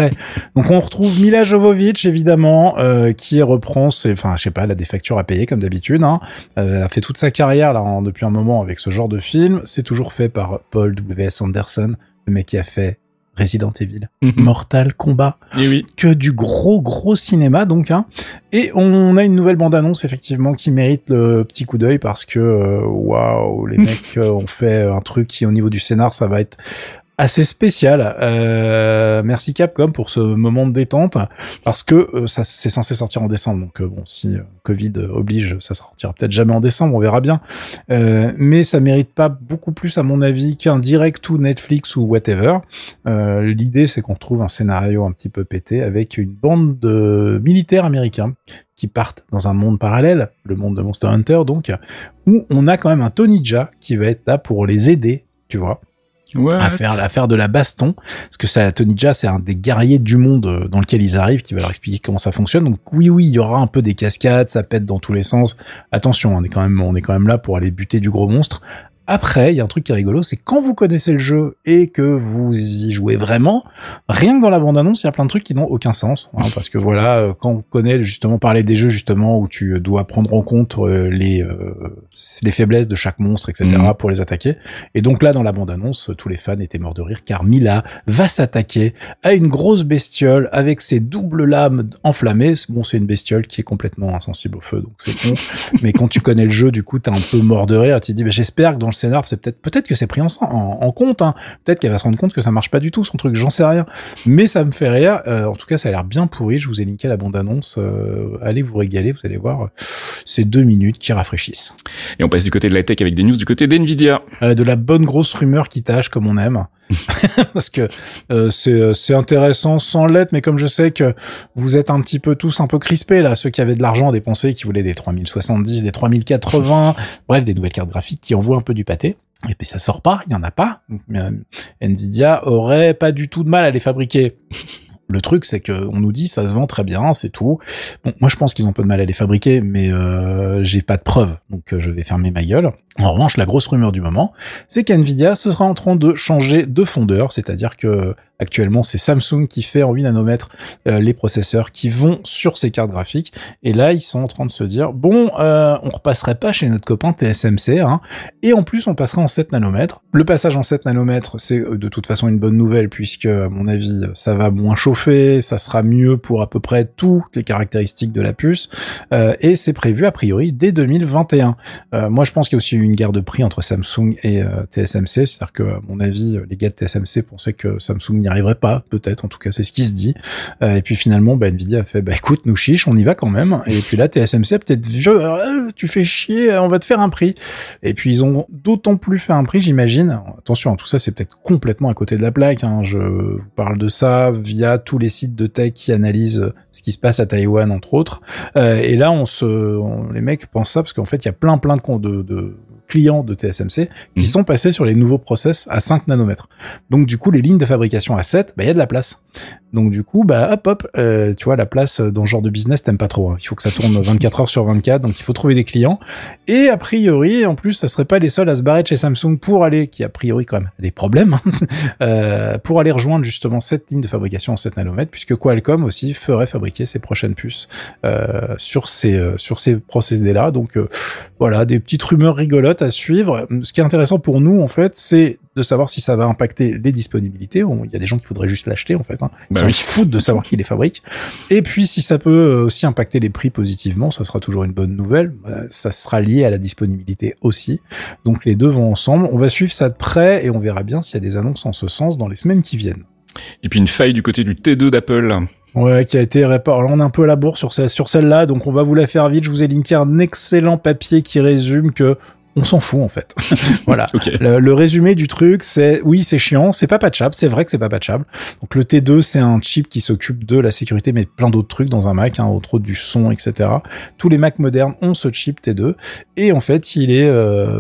Donc on retrouve Mila Jovovich évidemment qui reprend elle a des factures à payer comme d'habitude. Elle a fait toute sa carrière là depuis un moment avec ce genre de film. C'est toujours fait par Paul W.S. Anderson, le mec qui a fait Resident Evil, Mortal Kombat, que du gros cinéma donc. Et on a une nouvelle bande-annonce effectivement qui mérite le petit coup d'œil parce que waouh, les mecs ont fait un truc qui au niveau du scénar ça va être assez spécial. Merci Capcom pour ce moment de détente parce que ça c'est censé sortir en décembre. Donc si Covid oblige, ça sortira peut-être jamais en décembre, on verra bien. Mais ça mérite pas beaucoup plus à mon avis qu'un direct ou Netflix ou whatever. L'idée c'est qu'on retrouve un scénario un petit peu pété avec une bande de militaires américains qui partent dans un monde parallèle, le monde de Monster Hunter donc, où on a quand même un Tony Jaa qui va être là pour les aider, tu vois. À faire de la baston, parce que Tony Jaa c'est un des guerriers du monde dans lequel ils arrivent, qui va leur expliquer comment ça fonctionne. Donc oui, il y aura un peu des cascades, ça pète dans tous les sens. Attention, on est quand même là pour aller buter du gros monstre. Après, il y a un truc qui est rigolo, c'est quand vous connaissez le jeu et que vous y jouez vraiment, rien que dans la bande-annonce, il y a plein de trucs qui n'ont aucun sens. Parce que voilà, quand on connaît justement parler des jeux justement où tu dois prendre en compte les faiblesses de chaque monstre, etc. pour les attaquer. Et donc là, dans la bande-annonce, tous les fans étaient morts de rire car Mila va s'attaquer à une grosse bestiole avec ses doubles lames enflammées. Bon, c'est une bestiole qui est complètement insensible au feu, donc c'est con. Mais quand tu connais le jeu, du coup, t'es un peu mort de rire. Tu te dis, j'espère que dans le scénar, c'est peut-être que c'est pris en compte, peut-être qu'elle va se rendre compte que ça marche pas du tout son truc, j'en sais rien, mais ça me fait rire. En tout cas ça a l'air bien pourri, je vous ai linké la bande-annonce, allez vous régaler, vous allez voir, c'est 2 minutes qui rafraîchissent. Et on passe du côté de la tech avec des news du côté d'NVIDIA. De la bonne grosse rumeur qui tâche comme on aime. Parce que c'est intéressant sans l'être, mais comme je sais que vous êtes un petit peu tous un peu crispés là, ceux qui avaient de l'argent à dépenser, qui voulaient des 3070, des 3080, bref des nouvelles cartes graphiques qui envoient un peu du pâté, et puis ça sort pas, il y en a pas. Nvidia aurait pas du tout de mal à les fabriquer. Le truc, c'est que on nous dit ça se vend très bien, c'est tout. Bon, moi je pense qu'ils ont pas de mal à les fabriquer, mais j'ai pas de preuves, donc je vais fermer ma gueule. En revanche, la grosse rumeur du moment, c'est qu'NVIDIA sera en train de changer de fondeur, c'est-à-dire que actuellement c'est Samsung qui fait en 8 nanomètres les processeurs qui vont sur ces cartes graphiques, et là ils sont en train de se dire bon, on repasserait pas chez notre copain TSMC, et en plus on passerait en 7 nanomètres. Le passage en 7 nanomètres, c'est de toute façon une bonne nouvelle puisque à mon avis ça va moins chauffer, ça sera mieux pour à peu près toutes les caractéristiques de la puce, et c'est prévu a priori dès 2021. Moi je pense qu'il y a aussi une guerre de prix entre Samsung et TSMC, c'est-à-dire que à mon avis les gars de TSMC pensaient que Samsung n'y arriverait pas, peut-être, en tout cas c'est ce qui se dit, et puis finalement Nvidia a fait écoute, nous chiche, on y va quand même, et puis là TSMC a peut-être vu tu fais chier, on va te faire un prix, et puis ils ont d'autant plus fait un prix, j'imagine. Attention, tout ça c'est peut-être complètement à côté de la plaque, je vous parle de ça via tous les sites de tech qui analysent ce qui se passe à Taïwan entre autres, et là les mecs pensent ça parce qu'en fait il y a plein de clients de TSMC qui sont passés sur les nouveaux process à 5 nanomètres. Donc du coup, les lignes de fabrication à 7, il y a de la place. Donc du coup, tu vois, la place dans ce genre de business, t'aimes pas trop. Il faut que ça tourne 24 heures sur 24, donc il faut trouver des clients. Et a priori, en plus, ça serait pas les seuls à se barrer de chez Samsung pour aller, qui a priori quand même a des problèmes, pour aller rejoindre justement cette ligne de fabrication en 7 nanomètres, puisque Qualcomm aussi ferait fabriquer ses prochaines puces sur ces procédés-là. Donc voilà, des petites rumeurs rigolotes à suivre. Ce qui est intéressant pour nous, en fait, c'est de savoir si ça va impacter les disponibilités. Il y a des gens qui voudraient juste l'acheter, en fait. Hein. Ils se foutent de savoir qui les fabrique. Et puis, si ça peut aussi impacter les prix positivement, ça sera toujours une bonne nouvelle. Ça sera lié à la disponibilité aussi. Donc, les deux vont ensemble. On va suivre ça de près et on verra bien s'il y a des annonces en ce sens dans les semaines qui viennent. Et puis, une faille du côté du T2 d'Apple. Ouais, qui a été réparé. Alors, on est un peu à la bourre sur celle-là, donc on va vous la faire vite. Je vous ai linké un excellent papier qui résume que on s'en fout, en fait. Voilà. Okay. Le résumé du truc, c'est, oui, c'est chiant, c'est pas patchable, c'est vrai que c'est pas patchable. Donc, le T2, c'est un chip qui s'occupe de la sécurité, mais plein d'autres trucs dans un Mac, entre autres du son, etc. Tous les Macs modernes ont ce chip T2. Et en fait, il est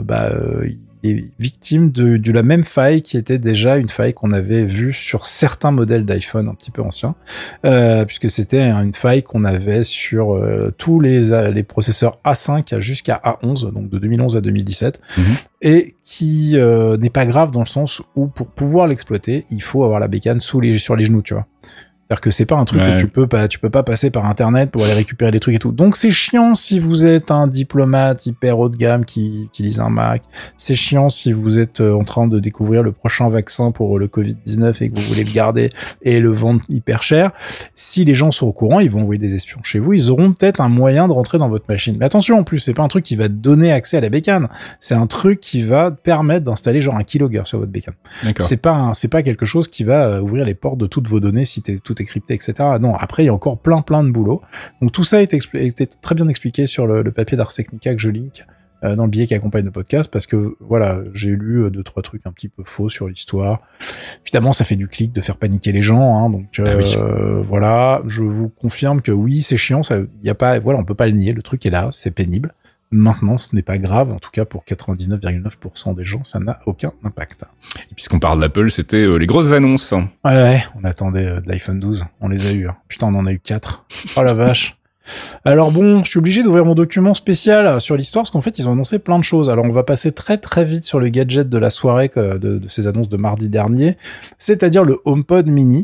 victime de la même faille qui était déjà une faille qu'on avait vue sur certains modèles d'iPhone un petit peu anciens, puisque c'était une faille qu'on avait sur tous les processeurs A5 jusqu'à A11, donc de 2011 à 2017, et qui n'est pas grave dans le sens où pour pouvoir l'exploiter, il faut avoir la bécane sur les genoux, tu vois. C'est-à-dire que c'est pas un truc que tu peux pas passer par internet pour aller récupérer des trucs et tout. Donc c'est chiant si vous êtes un diplomate hyper haut de gamme qui utilise un Mac. C'est chiant si vous êtes en train de découvrir le prochain vaccin pour le Covid-19 et que vous voulez le garder et le vendre hyper cher. Si les gens sont au courant, ils vont envoyer des espions chez vous. Ils auront peut-être un moyen de rentrer dans votre machine. Mais attention, en plus, c'est pas un truc qui va donner accès à la bécane. C'est un truc qui va permettre d'installer genre un keylogger sur votre bécane. D'accord. C'est pas quelque chose qui va ouvrir les portes de toutes vos données si tout est crypté, etc. Non, après, il y a encore plein de boulot. Donc, tout ça a été très bien expliqué sur le papier d'Ars Technica que je link dans le billet qui accompagne le podcast, parce que, voilà, j'ai lu 2-3 trucs un petit peu faux sur l'histoire. Évidemment, ça fait du clic de faire paniquer les gens, hein, donc, voilà, je vous confirme que oui, c'est chiant, on peut pas le nier, le truc est là, c'est pénible. Maintenant, ce n'est pas grave, en tout cas pour 99,9% des gens, ça n'a aucun impact. Et puisqu'on parle d'Apple, c'était les grosses annonces. Ouais, on attendait de l'iPhone 12, on les a eu. Hein. Putain, on en a eu 4. Oh la vache. Alors bon, je suis obligé d'ouvrir mon document spécial sur l'histoire, parce qu'en fait, ils ont annoncé plein de choses. Alors on va passer très très vite sur le gadget de la soirée de ces annonces de mardi dernier, c'est-à-dire le HomePod mini.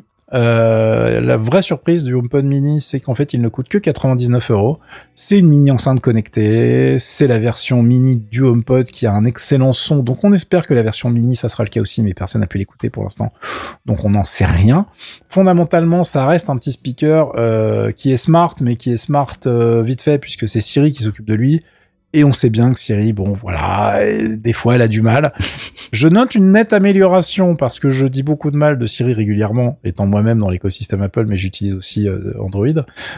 La vraie surprise du HomePod mini, c'est qu'en fait il ne coûte que 99€. C'est une mini enceinte connectée, c'est la version mini du HomePod qui a un excellent son, donc on espère que la version mini ça sera le cas aussi, mais personne n'a pu l'écouter pour l'instant, donc on n'en sait rien. Fondamentalement ça reste un petit speaker qui est smart, mais qui est smart vite fait, puisque c'est Siri qui s'occupe de lui. Et on sait bien que Siri, bon voilà, des fois elle a du mal. Je note une nette amélioration parce que je dis beaucoup de mal de Siri régulièrement, étant moi-même dans l'écosystème Apple, mais j'utilise aussi Android.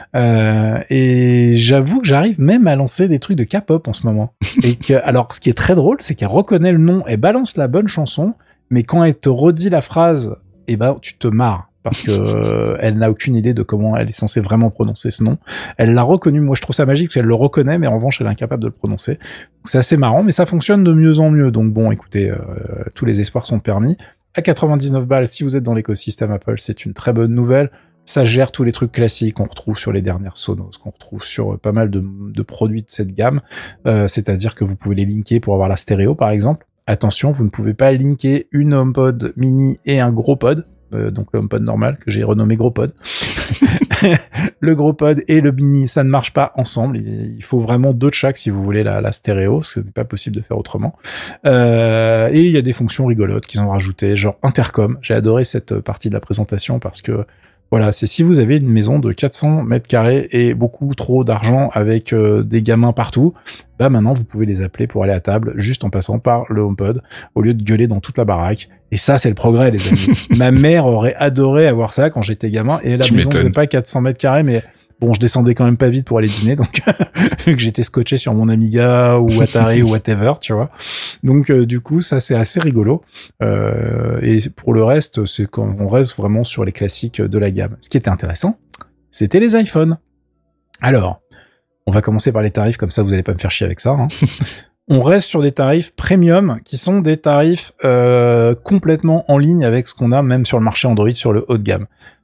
Et j'avoue que j'arrive même à lancer des trucs de K-pop en ce moment. Alors, ce qui est très drôle, c'est qu'elle reconnaît le nom, elle balance la bonne chanson, mais quand elle te redit la phrase, tu te marres. Parce que elle n'a aucune idée de comment elle est censée vraiment prononcer ce nom. Elle l'a reconnu, moi je trouve ça magique parce qu'elle le reconnaît, mais en revanche elle est incapable de le prononcer. Donc c'est assez marrant, mais ça fonctionne de mieux en mieux. Donc bon, écoutez, tous les espoirs sont permis. À 99 balles, si vous êtes dans l'écosystème Apple, c'est une très bonne nouvelle. Ça gère tous les trucs classiques qu'on retrouve sur les dernières Sonos, qu'on retrouve sur pas mal de produits de cette gamme. C'est-à-dire que vous pouvez les linker pour avoir la stéréo, par exemple. Attention, vous ne pouvez pas linker une HomePod mini et un gros pod. Donc le HomePod normal que j'ai renommé gros pod. Le gros pod et le mini, ça ne marche pas ensemble. Il faut vraiment deux de chaque si vous voulez la stéréo, ce n'est pas possible de faire autrement. Et il y a des fonctions rigolotes qu'ils ont rajoutées, genre intercom. J'ai adoré cette partie de la présentation parce que voilà, c'est si vous avez une maison de 400 mètres carrés et beaucoup trop d'argent avec des gamins partout, bah maintenant vous pouvez les appeler pour aller à table juste en passant par le HomePod au lieu de gueuler dans toute la baraque. Et ça, c'est le progrès, les amis. Ma mère aurait adoré avoir ça quand j'étais gamin, et la maison faisait pas 400 mètres carrés, mais bon, je descendais quand même pas vite pour aller dîner, donc vu que j'étais scotché sur mon Amiga ou Atari ou whatever, tu vois. Donc du coup, ça c'est assez rigolo. Et pour le reste, c'est quand on reste vraiment sur les classiques de la gamme. Ce qui était intéressant, c'était les iPhones. Alors, on va commencer par les tarifs, comme ça vous allez pas me faire chier avec ça. Hein. On reste sur des tarifs premium, qui sont des tarifs complètement en ligne avec ce qu'on a même sur le marché Android sur le haut de gamme.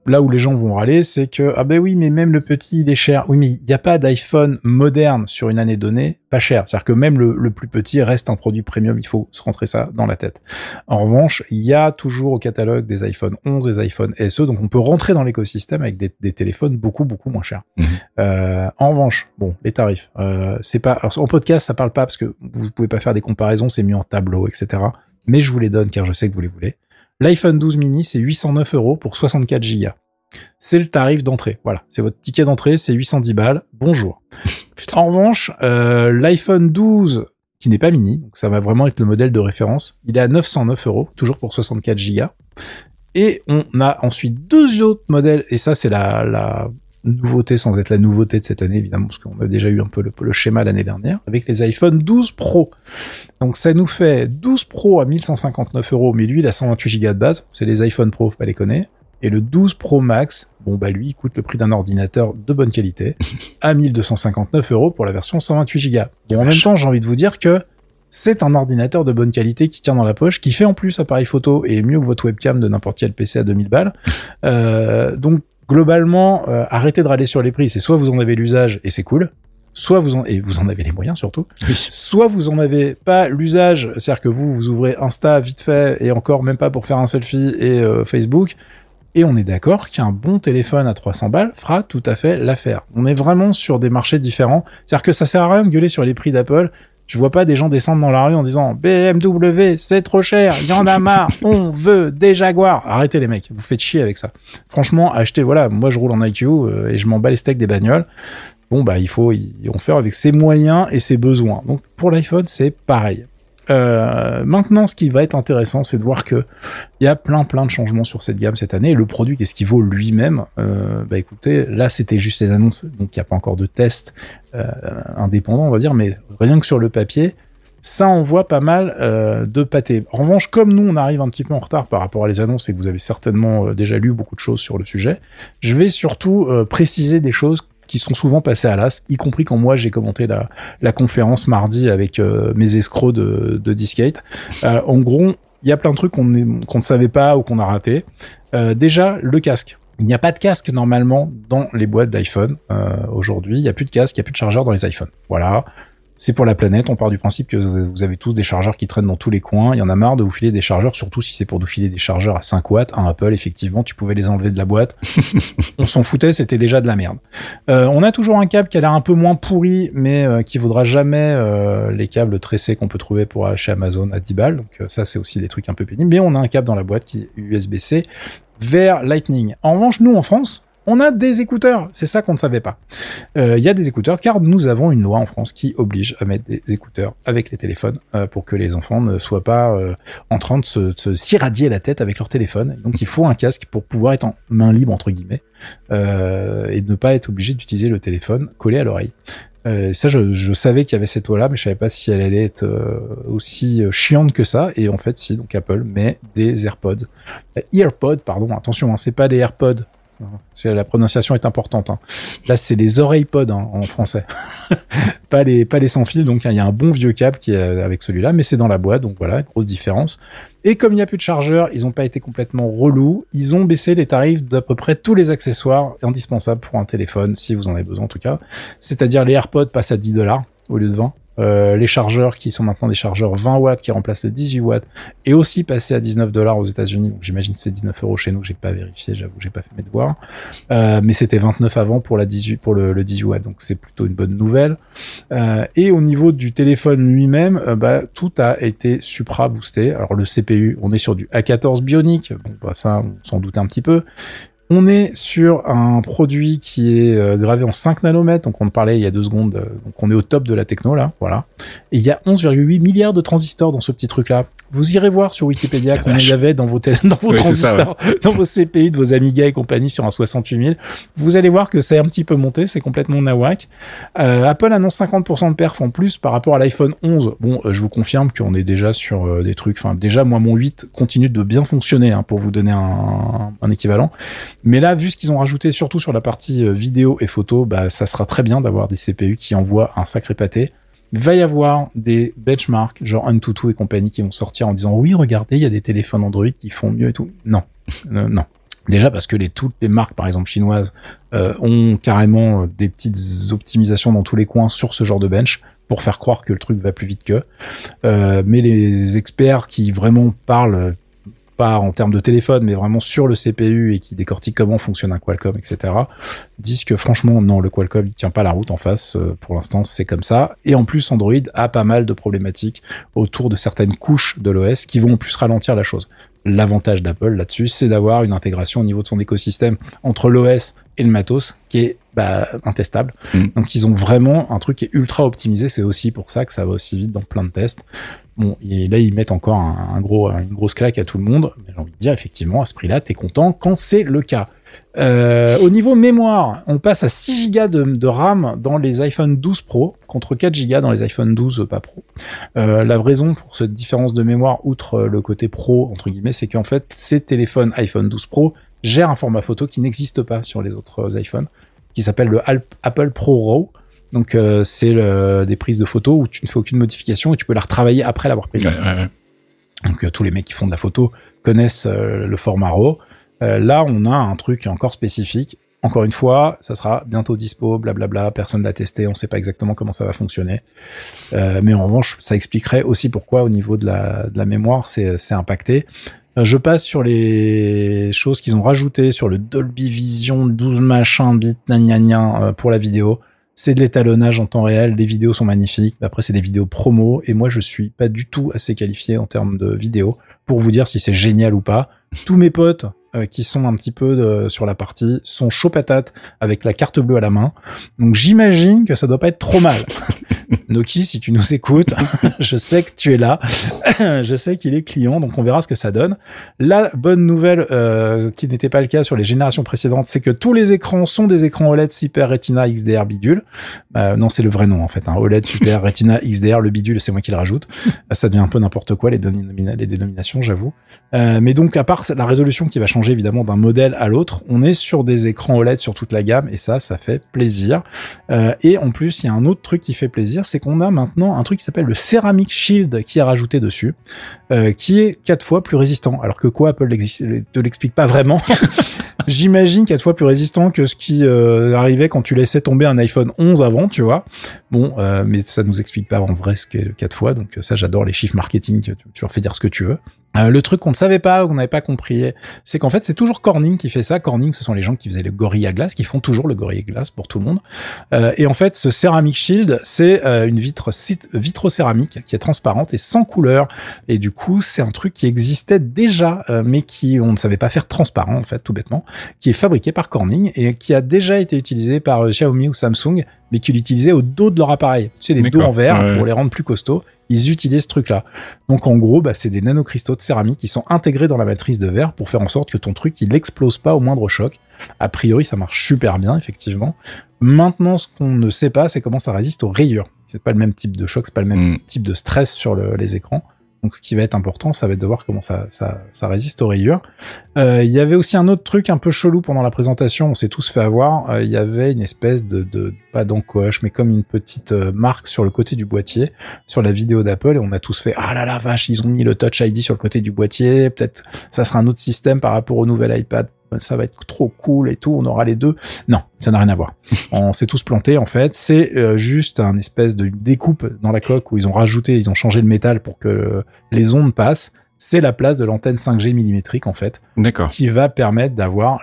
là où les gens vont râler, c'est que ah ben oui, mais même le petit il est cher. Oui, mais il n'y a pas d'iPhone moderne sur une année donnée pas cher. C'est-à-dire que même le plus petit reste un produit premium. Il faut se rentrer ça dans la tête. En revanche, il y a toujours au catalogue des iPhone 11, des iPhone SE, donc on peut rentrer dans l'écosystème avec des téléphones beaucoup moins chers. En revanche, bon, les tarifs, c'est pas. Alors, en podcast, ça parle pas parce que vous pouvez pas faire des comparaisons, c'est mieux en tableau, etc. Mais je vous les donne car je sais que vous les voulez. L'iPhone 12 mini, c'est 809 € pour 64 Go. C'est le tarif d'entrée. Voilà, c'est votre ticket d'entrée, c'est 810 balles. Bonjour. En revanche, l'iPhone 12, qui n'est pas mini, donc ça va vraiment être le modèle de référence, il est à 909 €, toujours pour 64 Go. Et on a ensuite deux autres modèles, et ça c'est la nouveauté sans être la nouveauté de cette année, évidemment, parce qu'on a déjà eu un peu le schéma l'année dernière, avec les iPhone 12 Pro. Donc ça nous fait 12 Pro à 1159 €, mais lui, il a 128 Go de base, c'est les iPhone Pro, faut pas les connaître. Et le 12 Pro Max, bon bah lui, il coûte le prix d'un ordinateur de bonne qualité, à 1259 € pour la version 128 Go. Et en même temps, j'ai envie de vous dire que c'est un ordinateur de bonne qualité qui tient dans la poche, qui fait en plus appareil photo et mieux que votre webcam de n'importe quel PC à 2000 balles. Donc globalement, arrêtez de râler sur les prix. C'est soit vous en avez l'usage et c'est cool, soit vous en avez les moyens surtout, soit vous en avez pas l'usage, c'est-à-dire que vous ouvrez Insta vite fait et encore même pas pour faire un selfie et Facebook. Et on est d'accord qu'un bon téléphone à 300 balles fera tout à fait l'affaire. On est vraiment sur des marchés différents. C'est-à-dire que ça sert à rien de gueuler sur les prix d'Apple. Je vois pas des gens descendre dans la rue en disant BMW, c'est trop cher, il y en a marre, on veut des Jaguars. Arrêtez les mecs, vous faites chier avec ça. Franchement, achetez, voilà, moi je roule en IQ et je m'en bats les steaks des bagnoles. Bon bah il faut faire avec ses moyens et ses besoins. Donc pour l'iPhone, c'est pareil. Maintenant, ce qui va être intéressant, c'est de voir que il y a plein de changements sur cette gamme cette année. Et le produit, qu'est-ce qu'il vaut lui-même? Bah écoutez, là c'était juste une annonce, donc il n'y a pas encore de test indépendant, on va dire, mais rien que sur le papier, ça envoie pas mal de pâté. En revanche, comme nous, on arrive un petit peu en retard par rapport à les annonces et que vous avez certainement déjà lu beaucoup de choses sur le sujet, je vais surtout préciser des choses qui sont souvent passés à l'as, y compris quand moi j'ai commenté la conférence mardi avec mes escrocs de Discate. En gros, il y a plein de trucs qu'on ne savait pas ou qu'on a raté. Déjà, le casque. Il n'y a pas de casque normalement dans les boîtes d'iPhone aujourd'hui. Il n'y a plus de casque, il n'y a plus de chargeur dans les iPhones. Voilà. C'est pour la planète, on part du principe que vous avez tous des chargeurs qui traînent dans tous les coins, il y en a marre de vous filer des chargeurs, surtout si c'est pour nous filer des chargeurs à 5 watts, un Apple, effectivement, tu pouvais les enlever de la boîte, on s'en foutait, c'était déjà de la merde. On a toujours un câble qui a l'air un peu moins pourri, mais qui vaudra jamais les câbles tressés qu'on peut trouver chez Amazon à 10 balles, donc ça c'est aussi des trucs un peu pénibles, mais on a un câble dans la boîte qui est USB-C vers Lightning. En revanche, nous en France, on a des écouteurs, c'est ça qu'on ne savait pas. Il y a des écouteurs car nous avons une loi en France qui oblige à mettre des écouteurs avec les téléphones pour que les enfants ne soient pas en train de se s'irradier la tête avec leur téléphone. Donc il faut un casque pour pouvoir être en main libre entre guillemets et ne pas être obligé d'utiliser le téléphone collé à l'oreille. Ça, je savais qu'il y avait cette loi-là, mais je savais pas si elle allait être aussi chiante que ça. Et en fait, si, donc Apple met des AirPods. EarPods, pardon, attention, hein, c'est pas des AirPods. La prononciation est importante. Hein. Là, c'est les oreillepods en français, pas les sans fil. Donc, il y a un bon vieux câble qui est avec celui-là, mais c'est dans la boîte. Donc voilà, grosse différence. Et comme il n'y a plus de chargeur, ils n'ont pas été complètement relous. Ils ont baissé les tarifs d'à peu près tous les accessoires indispensables pour un téléphone, si vous en avez besoin en tout cas. C'est-à-dire les AirPods passent à 10$ au lieu de 20. Les chargeurs qui sont maintenant des chargeurs 20 watts qui remplacent le 18 watts et aussi passé à 19$ aux États-Unis. Donc j'imagine que c'est 19 € chez nous. J'ai pas vérifié, j'avoue, j'ai pas fait mes devoirs. Mais c'était 29 avant pour le 18 watts. Donc c'est plutôt une bonne nouvelle. Et au niveau du téléphone lui-même, tout a été supra boosté. Alors le CPU, on est sur du A14 Bionic. Bon, ça, on s'en doute un petit peu. On est sur un produit qui est gravé en 5 nanomètres, donc on en parlait il y a 2 secondes, donc on est au top de la techno là, voilà. Et il y a 11,8 milliards de transistors dans ce petit truc-là. Vous irez voir sur Wikipédia combien il y avait dans vos transistors, ça, ouais. Dans vos CPU de vos Amiga et compagnie sur un 68000. Vous allez voir que c'est un petit peu monté, c'est complètement nawak. Apple annonce 50% de perf en plus par rapport à l'iPhone 11. Bon, je vous confirme qu'on est déjà sur des trucs, enfin déjà moi mon 8 continue de bien fonctionner hein, pour vous donner un équivalent. Mais là, vu ce qu'ils ont rajouté, surtout sur la partie vidéo et photo, ça sera très bien d'avoir des CPU qui envoient un sacré pâté. Il va y avoir des benchmarks, genre Antutu et compagnie, qui vont sortir en disant « Oui, regardez, il y a des téléphones Android qui font mieux et tout. » Non, non. Déjà parce que toutes les marques, par exemple chinoises, ont carrément des petites optimisations dans tous les coins sur ce genre de bench pour faire croire que le truc va plus vite que. Mais les experts qui vraiment parlent, pas en termes de téléphone, mais vraiment sur le CPU et qui décortiquent comment fonctionne un Qualcomm, etc., disent que franchement, non, le Qualcomm, il tient pas la route en face. Pour l'instant, c'est comme ça. Et en plus, Android a pas mal de problématiques autour de certaines couches de l'OS qui vont en plus ralentir la chose. L'avantage d'Apple là-dessus, c'est d'avoir une intégration au niveau de son écosystème entre l'OS et le matos qui est intestable. Donc ils ont vraiment un truc qui est ultra optimisé. C'est aussi pour ça que ça va aussi vite dans plein de tests. Bon, et là ils mettent encore une grosse claque à tout le monde. Mais j'ai envie de dire, effectivement, à ce prix-là, t'es content quand c'est le cas. Au niveau mémoire, on passe à 6 Go de RAM dans les iPhone 12 Pro contre 4 Go dans les iPhone 12 pas Pro. La raison pour cette différence de mémoire, outre le côté pro entre guillemets, c'est qu'en fait ces téléphones iPhone 12 Pro gèrent un format photo qui n'existe pas sur les autres iPhones, qui s'appelle le Apple Pro RAW. Donc c'est des prises de photos où tu ne fais aucune modification et tu peux la retravailler après l'avoir prise. Ouais. Donc tous les mecs qui font de la photo connaissent le format RAW. Là, on a un truc encore spécifique. Encore une fois, ça sera bientôt dispo, blablabla, personne l'a testé, on sait pas exactement comment ça va fonctionner. Mais en revanche, ça expliquerait aussi pourquoi au niveau de la mémoire, c'est impacté. Je passe sur les choses qu'ils ont rajoutées sur le Dolby Vision 12 machin bits pour la vidéo. C'est de l'étalonnage en temps réel, les vidéos sont magnifiques. Après, c'est des vidéos promo et moi, je suis pas du tout assez qualifié en termes de vidéo pour vous dire si c'est génial ou pas. Tous mes potes qui sont un petit peu sur la partie sont chaud patate avec la carte bleue à la main. Donc j'imagine que ça doit pas être trop mal. Noki, si tu nous écoutes, je sais que tu es là. Je sais qu'il est client, donc on verra ce que ça donne. La bonne nouvelle qui n'était pas le cas sur les générations précédentes, c'est que tous les écrans sont des écrans OLED Super Retina XDR bidule. Non, c'est le vrai nom en fait. OLED Super Retina XDR, le bidule, c'est moi qui le rajoute. Ça devient un peu n'importe quoi les dénominations, j'avoue. Mais donc à part la résolution qui va changer évidemment d'un modèle à l'autre, on est sur des écrans OLED sur toute la gamme et ça fait plaisir. Et en plus, il y a un autre truc qui fait plaisir, c'est qu'on a maintenant un truc qui s'appelle le Ceramic Shield qui est rajouté dessus, qui est 4 fois plus résistant. Alors que quoi, Apple te l'explique pas vraiment. J'imagine 4 fois plus résistant que ce qui arrivait quand tu laissais tomber un iPhone 11 avant, tu vois. Bon, mais ça nous explique pas en vrai ce qu'est 4 fois, donc ça j'adore les chiffres marketing, tu leur fais dire ce que tu veux. Le truc qu'on ne savait pas, qu'on n'avait pas compris, c'est qu'en fait c'est toujours Corning qui fait ça. Corning, ce sont les gens qui faisaient le Gorilla Glass, qui font toujours le Gorilla Glass pour tout le monde. Et en fait, ce Ceramic Shield, c'est une vitrocéramique qui est transparente et sans couleur. Et du coup, c'est un truc qui existait déjà, mais on ne savait pas faire transparent en fait, tout bêtement, qui est fabriqué par Corning et qui a déjà été utilisé par Xiaomi ou Samsung, mais qui l'utilisaient au dos de leur appareil. Tu sais, les dos en verre pour les rendre plus costauds. Ils utilisent ce truc-là. Donc en gros, c'est des nanocristaux de céramique qui sont intégrés dans la matrice de verre pour faire en sorte que ton truc, il explose pas au moindre choc. A priori, ça marche super bien, effectivement. Maintenant, ce qu'on ne sait pas, c'est comment ça résiste aux rayures. C'est pas le même type de choc, c'est pas le même type de stress sur les écrans. Donc ce qui va être important, ça va être de voir comment ça résiste aux rayures. Il y avait aussi un autre truc un peu chelou pendant la présentation, on s'est tous fait avoir. Il y avait une espèce de pas d'encoche, mais comme une petite marque sur le côté du boîtier, sur la vidéo d'Apple, et on a tous fait « Ah là là, vache, ils ont mis le Touch ID sur le côté du boîtier, peut-être ça sera un autre système par rapport au nouvel iPad. » Ça va être trop cool et tout, on aura les deux. Non, ça n'a rien à voir. On s'est tous plantés en fait. C'est juste un espèce de découpe dans la coque où ils ont changé le métal pour que les ondes passent. C'est la place de l'antenne 5G millimétrique en fait, qui va permettre d'avoir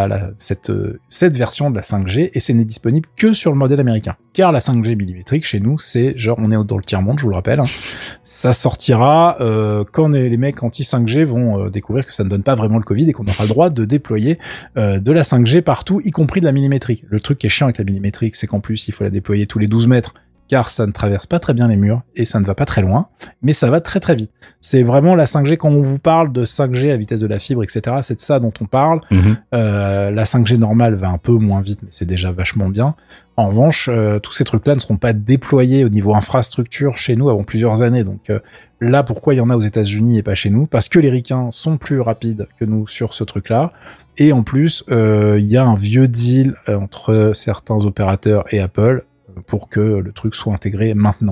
cette version de la 5G et c'est n'est disponible que sur le modèle américain. Car la 5G millimétrique chez nous, c'est genre on est dans le tiers-monde, je vous le rappelle. Ça sortira quand les mecs anti-5G vont découvrir que ça ne donne pas vraiment le Covid et qu'on aura le droit de déployer de la 5G partout, y compris de la millimétrique. Le truc qui est chiant avec la millimétrique, c'est qu'en plus il faut la déployer tous les 12 mètres. Car ça ne traverse pas très bien les murs et ça ne va pas très loin, mais ça va très très vite. C'est vraiment la 5G, quand on vous parle de 5G à vitesse de la fibre, etc., c'est de ça dont on parle. La 5G normale va un peu moins vite, mais c'est déjà vachement bien. En revanche, tous ces trucs-là ne seront pas déployés au niveau infrastructure chez nous avant plusieurs années. Donc là, pourquoi il y en a aux États-Unis et pas chez nous? Parce que les ricains sont plus rapides que nous sur ce truc-là. Et en plus, il y a un vieux deal entre certains opérateurs et Apple pour que le truc soit intégré maintenant, tu vois.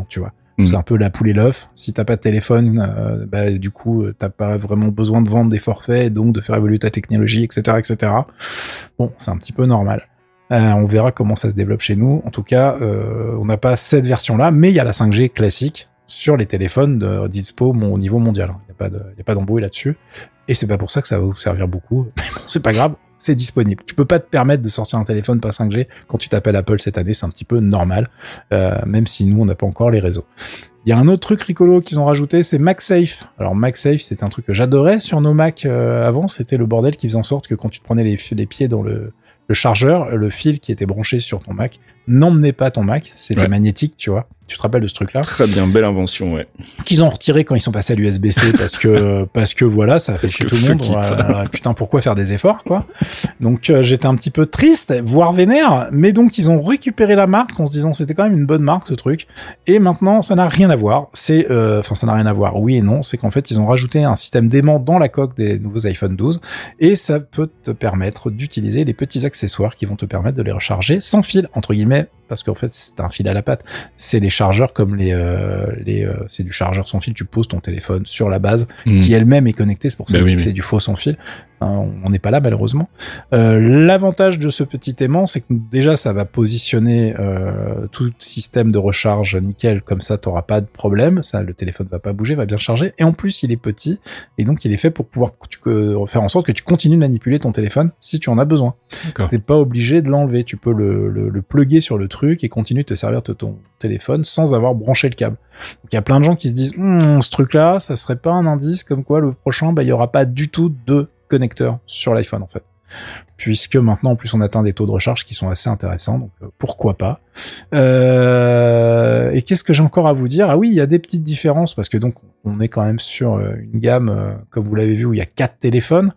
C'est un peu la poule et l'œuf. Si t'as pas de téléphone, du coup, t'as pas vraiment besoin de vendre des forfaits, et donc de faire évoluer ta technologie, etc., etc. Bon, c'est un petit peu normal. On verra comment ça se développe chez nous. En tout cas, on n'a pas cette version-là, mais il y a la 5G classique sur les téléphones dispo au niveau mondial. Il n'y a pas d'embrouille là-dessus. Et c'est pas pour ça que ça va vous servir beaucoup. Mais bon, c'est pas grave, c'est disponible. Tu peux pas te permettre de sortir un téléphone pas 5G quand tu t'appelles Apple cette année, c'est un petit peu normal, même si nous, on n'a pas encore les réseaux. Il y a un autre truc rigolo qu'ils ont rajouté, c'est MagSafe. Alors MagSafe, c'est un truc que j'adorais sur nos Mac avant, c'était le bordel qui faisait en sorte que quand tu te prenais les pieds dans le chargeur, le fil qui était branché sur ton Mac n'emmenait pas ton Mac, c'était magnétique, tu vois. Tu te rappelles de ce truc-là? Très bien, belle invention, ouais. Qu'ils ont retiré quand ils sont passés à l'USB-C parce que voilà, ça a fait chier tout le monde. Voilà, putain, pourquoi faire des efforts, quoi? Donc j'étais un petit peu triste, voire vénère, mais donc ils ont récupéré la marque en se disant c'était quand même une bonne marque ce truc. Et maintenant, ça n'a rien à voir. Ça n'a rien à voir. Oui et non, c'est qu'en fait ils ont rajouté un système d'aimant dans la coque des nouveaux iPhone 12 et ça peut te permettre d'utiliser les petits accessoires qui vont te permettre de les recharger sans fil entre guillemets. Parce qu'en fait, c'est un fil à la patte. C'est les chargeurs comme c'est du chargeur sans fil. Tu poses ton téléphone sur la base qui elle-même est connectée. C'est pour ça que c'est du faux sans fil. On n'est pas là malheureusement. L'avantage de ce petit aimant, c'est que déjà ça va positionner tout système de recharge nickel. Comme ça, t'auras pas de problème. Ça, le téléphone va pas bouger, va bien charger. Et en plus, il est petit et donc il est fait pour pouvoir faire en sorte que tu continues de manipuler ton téléphone si tu en as besoin. T'es pas obligé de l'enlever. Tu peux le plugger sur le truc et continue de te servir de ton téléphone sans avoir branché le câble. Donc il y a plein de gens qui se disent ce truc-là, ça serait pas un indice comme quoi le prochain, il y aura pas du tout de connecteur sur l'iPhone en fait. Puisque maintenant en plus on atteint des taux de recharge qui sont assez intéressants, donc pourquoi pas. Et qu'est-ce que j'ai encore à vous dire? Ah oui, il y a des petites différences parce que donc on est quand même sur une gamme, comme vous l'avez vu, où il y a 4 téléphones.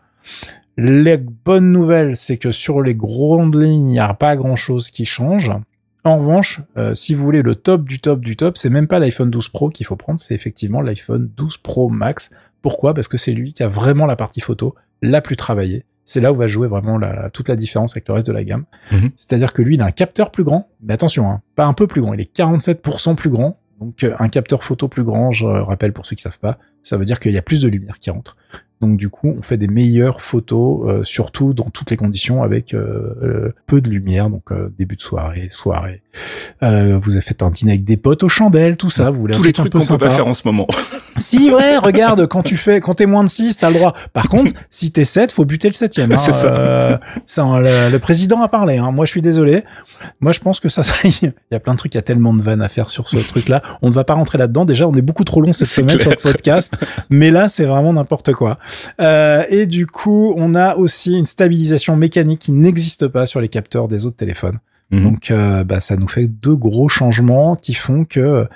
La bonne nouvelle, c'est que sur les grandes lignes, il n'y a pas grand-chose qui change. En revanche, si vous voulez le top du top du top, c'est même pas l'iPhone 12 Pro qu'il faut prendre, c'est effectivement l'iPhone 12 Pro Max. Pourquoi? Parce que c'est lui qui a vraiment la partie photo la plus travaillée. C'est là où va jouer vraiment toute la différence avec le reste de la gamme. C'est-à-dire que lui, il a un capteur plus grand, mais attention, pas un peu plus grand, il est 47% plus grand. Donc un capteur photo plus grand, je rappelle pour ceux qui savent pas, ça veut dire qu'il y a plus de lumière qui rentre. Donc du coup, on fait des meilleures photos, surtout dans toutes les conditions avec peu de lumière, donc début de soirée. Vous avez fait un dîner avec des potes aux chandelles, tout ça. Vous voulez tous les trucs qu'on peut pas faire en ce moment. Si, vrai, regarde, quand t'es moins de 6, t'as le droit. Par contre, si t'es 7, faut buter le 7e. Hein. C'est ça. Le président a parlé. Hein. Moi, je suis désolé. Moi, je pense que il y a plein de trucs, il y a tellement de vannes à faire sur ce truc-là. On ne va pas rentrer là-dedans. Déjà, on est beaucoup trop long cette semaine sur le podcast. Mais là, c'est vraiment n'importe quoi. Et du coup, on a aussi une stabilisation mécanique qui n'existe pas sur les capteurs des autres téléphones. Donc ça nous fait 2 gros changements qui font que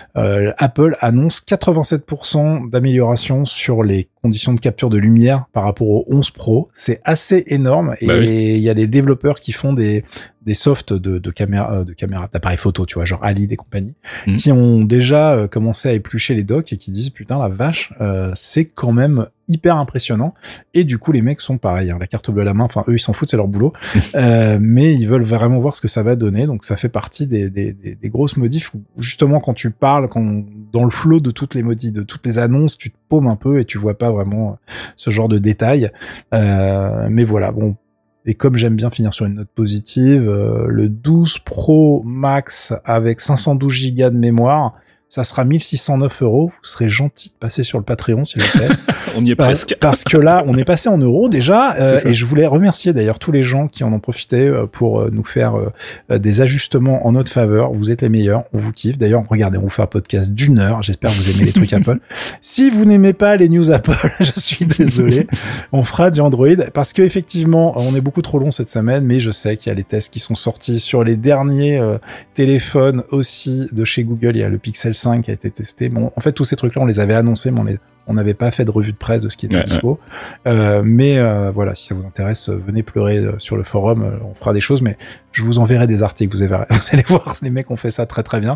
Apple annonce 87% d'amélioration sur les conditions de capture de lumière par rapport au 11 Pro. C'est assez énorme et il y a des développeurs qui font des softs de caméras d'appareils photo, tu vois, genre Alid et compagnie, qui ont déjà commencé à éplucher les docs et qui disent putain la vache, c'est quand même hyper impressionnant. Et du coup les mecs sont pareils, hein, la carte bleue à la main, enfin eux ils s'en foutent, c'est leur boulot, mais ils veulent vraiment voir ce que ça va donner. Donc ça fait partie des grosses modifs où justement quand tu parles, dans le flow de toutes les modifs, de toutes les annonces, tu te paumes un peu et tu vois pas vraiment ce genre de détails. Mais voilà, bon. Et comme j'aime bien finir sur une note positive, le 12 Pro Max avec 512 Go de mémoire, ça sera 1609 €. Vous serez gentil de passer sur le Patreon, s'il vous plaît. On y est presque. Parce que là, on est passé en euros déjà. Et je voulais remercier d'ailleurs tous les gens qui en ont profité pour nous faire des ajustements en notre faveur. Vous êtes les meilleurs. On vous kiffe. D'ailleurs, regardez, on vous fait un podcast d'1 heure. J'espère que vous aimez les trucs Apple. Si vous n'aimez pas les news Apple, je suis désolé. On fera du Android parce que effectivement, on est beaucoup trop long cette semaine, mais je sais qu'il y a les tests qui sont sortis sur les derniers téléphones aussi de chez Google. Il y a le Pixel 5 qui a été testé. Bon, en fait, tous ces trucs-là, on les avait annoncés, mais on n'avait pas fait de revue de presse de ce qui était dispo. Mais voilà, si ça vous intéresse, venez pleurer sur le forum. On fera des choses, mais je vous enverrai des articles. Vous allez voir, les mecs ont fait ça très très bien.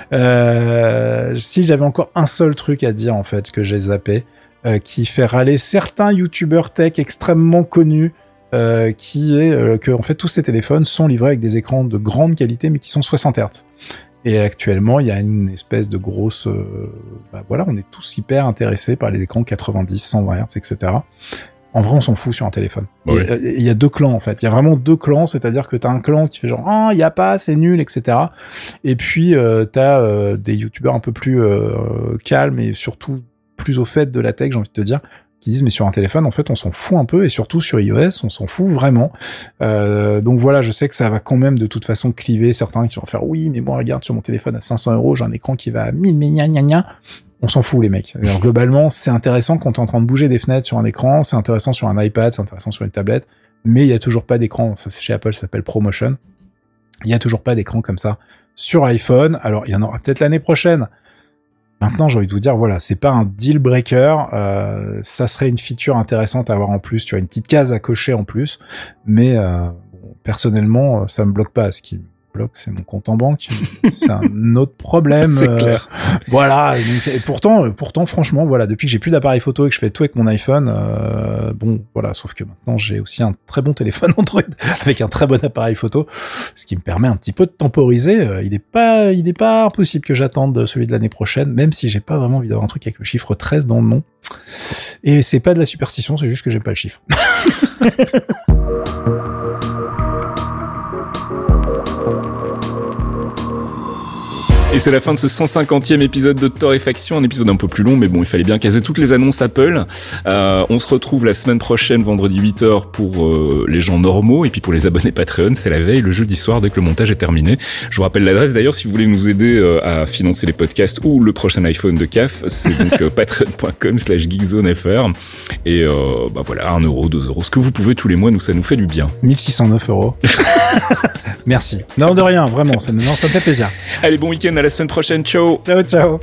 Si j'avais encore un seul truc à dire, en fait, que j'ai zappé, qui fait râler certains youtubeurs tech extrêmement connus, qui est que en fait tous ces téléphones sont livrés avec des écrans de grande qualité, mais qui sont 60 Hz. Et actuellement, il y a une espèce de grosse... on est tous hyper intéressés par les écrans 90, 120 Hz, etc. En vrai, on s'en fout sur un téléphone. Il y a deux clans, en fait. Il y a vraiment deux clans, c'est-à-dire que t'as un clan qui fait genre « Ah, il y a pas, c'est nul, etc. » Et puis, t'as des youtubeurs un peu plus calmes et surtout plus au fait de la tech, j'ai envie de te dire, qui disent mais sur un téléphone en fait on s'en fout un peu, et surtout sur iOS on s'en fout vraiment. Donc voilà, je sais que ça va quand même de toute façon cliver certains qui vont faire oui mais moi regarde sur mon téléphone à 500€, j'ai un écran qui va à 1000, mais gna gna gna. On s'en fout les mecs. Alors, globalement c'est intéressant quand t'es en train de bouger des fenêtres sur un écran, c'est intéressant sur un iPad, c'est intéressant sur une tablette, mais il y a toujours pas d'écran, ça c'est chez Apple, ça s'appelle ProMotion. Il y a toujours pas d'écran comme ça sur iPhone. Alors il y en aura peut-être l'année prochaine. Maintenant, j'ai envie de vous dire, voilà, c'est pas un deal breaker, ça serait une feature intéressante à avoir en plus, tu as une petite case à cocher en plus, mais personnellement, ça me bloque pas. Ce qui me bloque, c'est mon compte en banque, c'est un autre problème. C'est clair. Voilà, donc, et pourtant, franchement, voilà, depuis que j'ai plus d'appareil photo et que je fais tout avec mon iPhone, voilà, sauf que maintenant j'ai aussi un très bon téléphone Android avec un très bon appareil photo, ce qui me permet un petit peu de temporiser. Il est pas impossible que j'attende celui de l'année prochaine, même si j'ai pas vraiment envie d'avoir un truc avec le chiffre 13 dans le nom. Et c'est pas de la superstition, c'est juste que j'aime pas le chiffre. Et c'est la fin de ce 150e épisode de Torréfaction, un épisode un peu plus long, mais bon, il fallait bien caser toutes les annonces Apple. On se retrouve la semaine prochaine, vendredi 8h, pour les gens normaux, et puis pour les abonnés Patreon, c'est la veille, le jeudi soir, dès que le montage est terminé. Je vous rappelle l'adresse d'ailleurs, si vous voulez nous aider à financer les podcasts ou le prochain iPhone de CAF, c'est donc patreon.com/geekzonefr. Et voilà, 1€, 2€, ce que vous pouvez tous les mois, nous, ça nous fait du bien. 1609€. Merci. Non, de rien, vraiment, ça me fait plaisir. Allez, bon week-end, à la semaine prochaine, ciao. Ciao, ciao.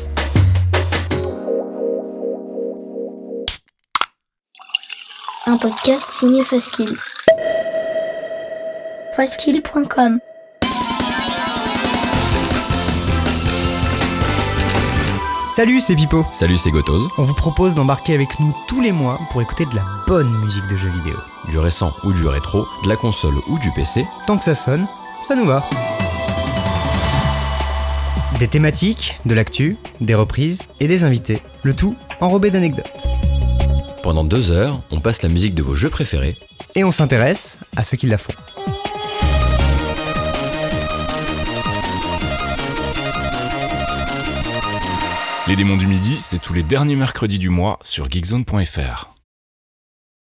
Un podcast signé Faskill. Faskill.com. Salut, c'est Pipo. Salut, c'est Gotoz. On vous propose d'embarquer avec nous tous les mois pour écouter de la bonne musique de jeux vidéo. Du récent ou du rétro, de la console ou du PC. Tant que ça sonne, ça nous va. Des thématiques, de l'actu, des reprises et des invités. Le tout enrobé d'anecdotes. Pendant 2 heures, on passe la musique de vos jeux préférés. Et on s'intéresse à ceux qui la font. Les démons du midi, c'est tous les derniers mercredis du mois sur geekzone.fr.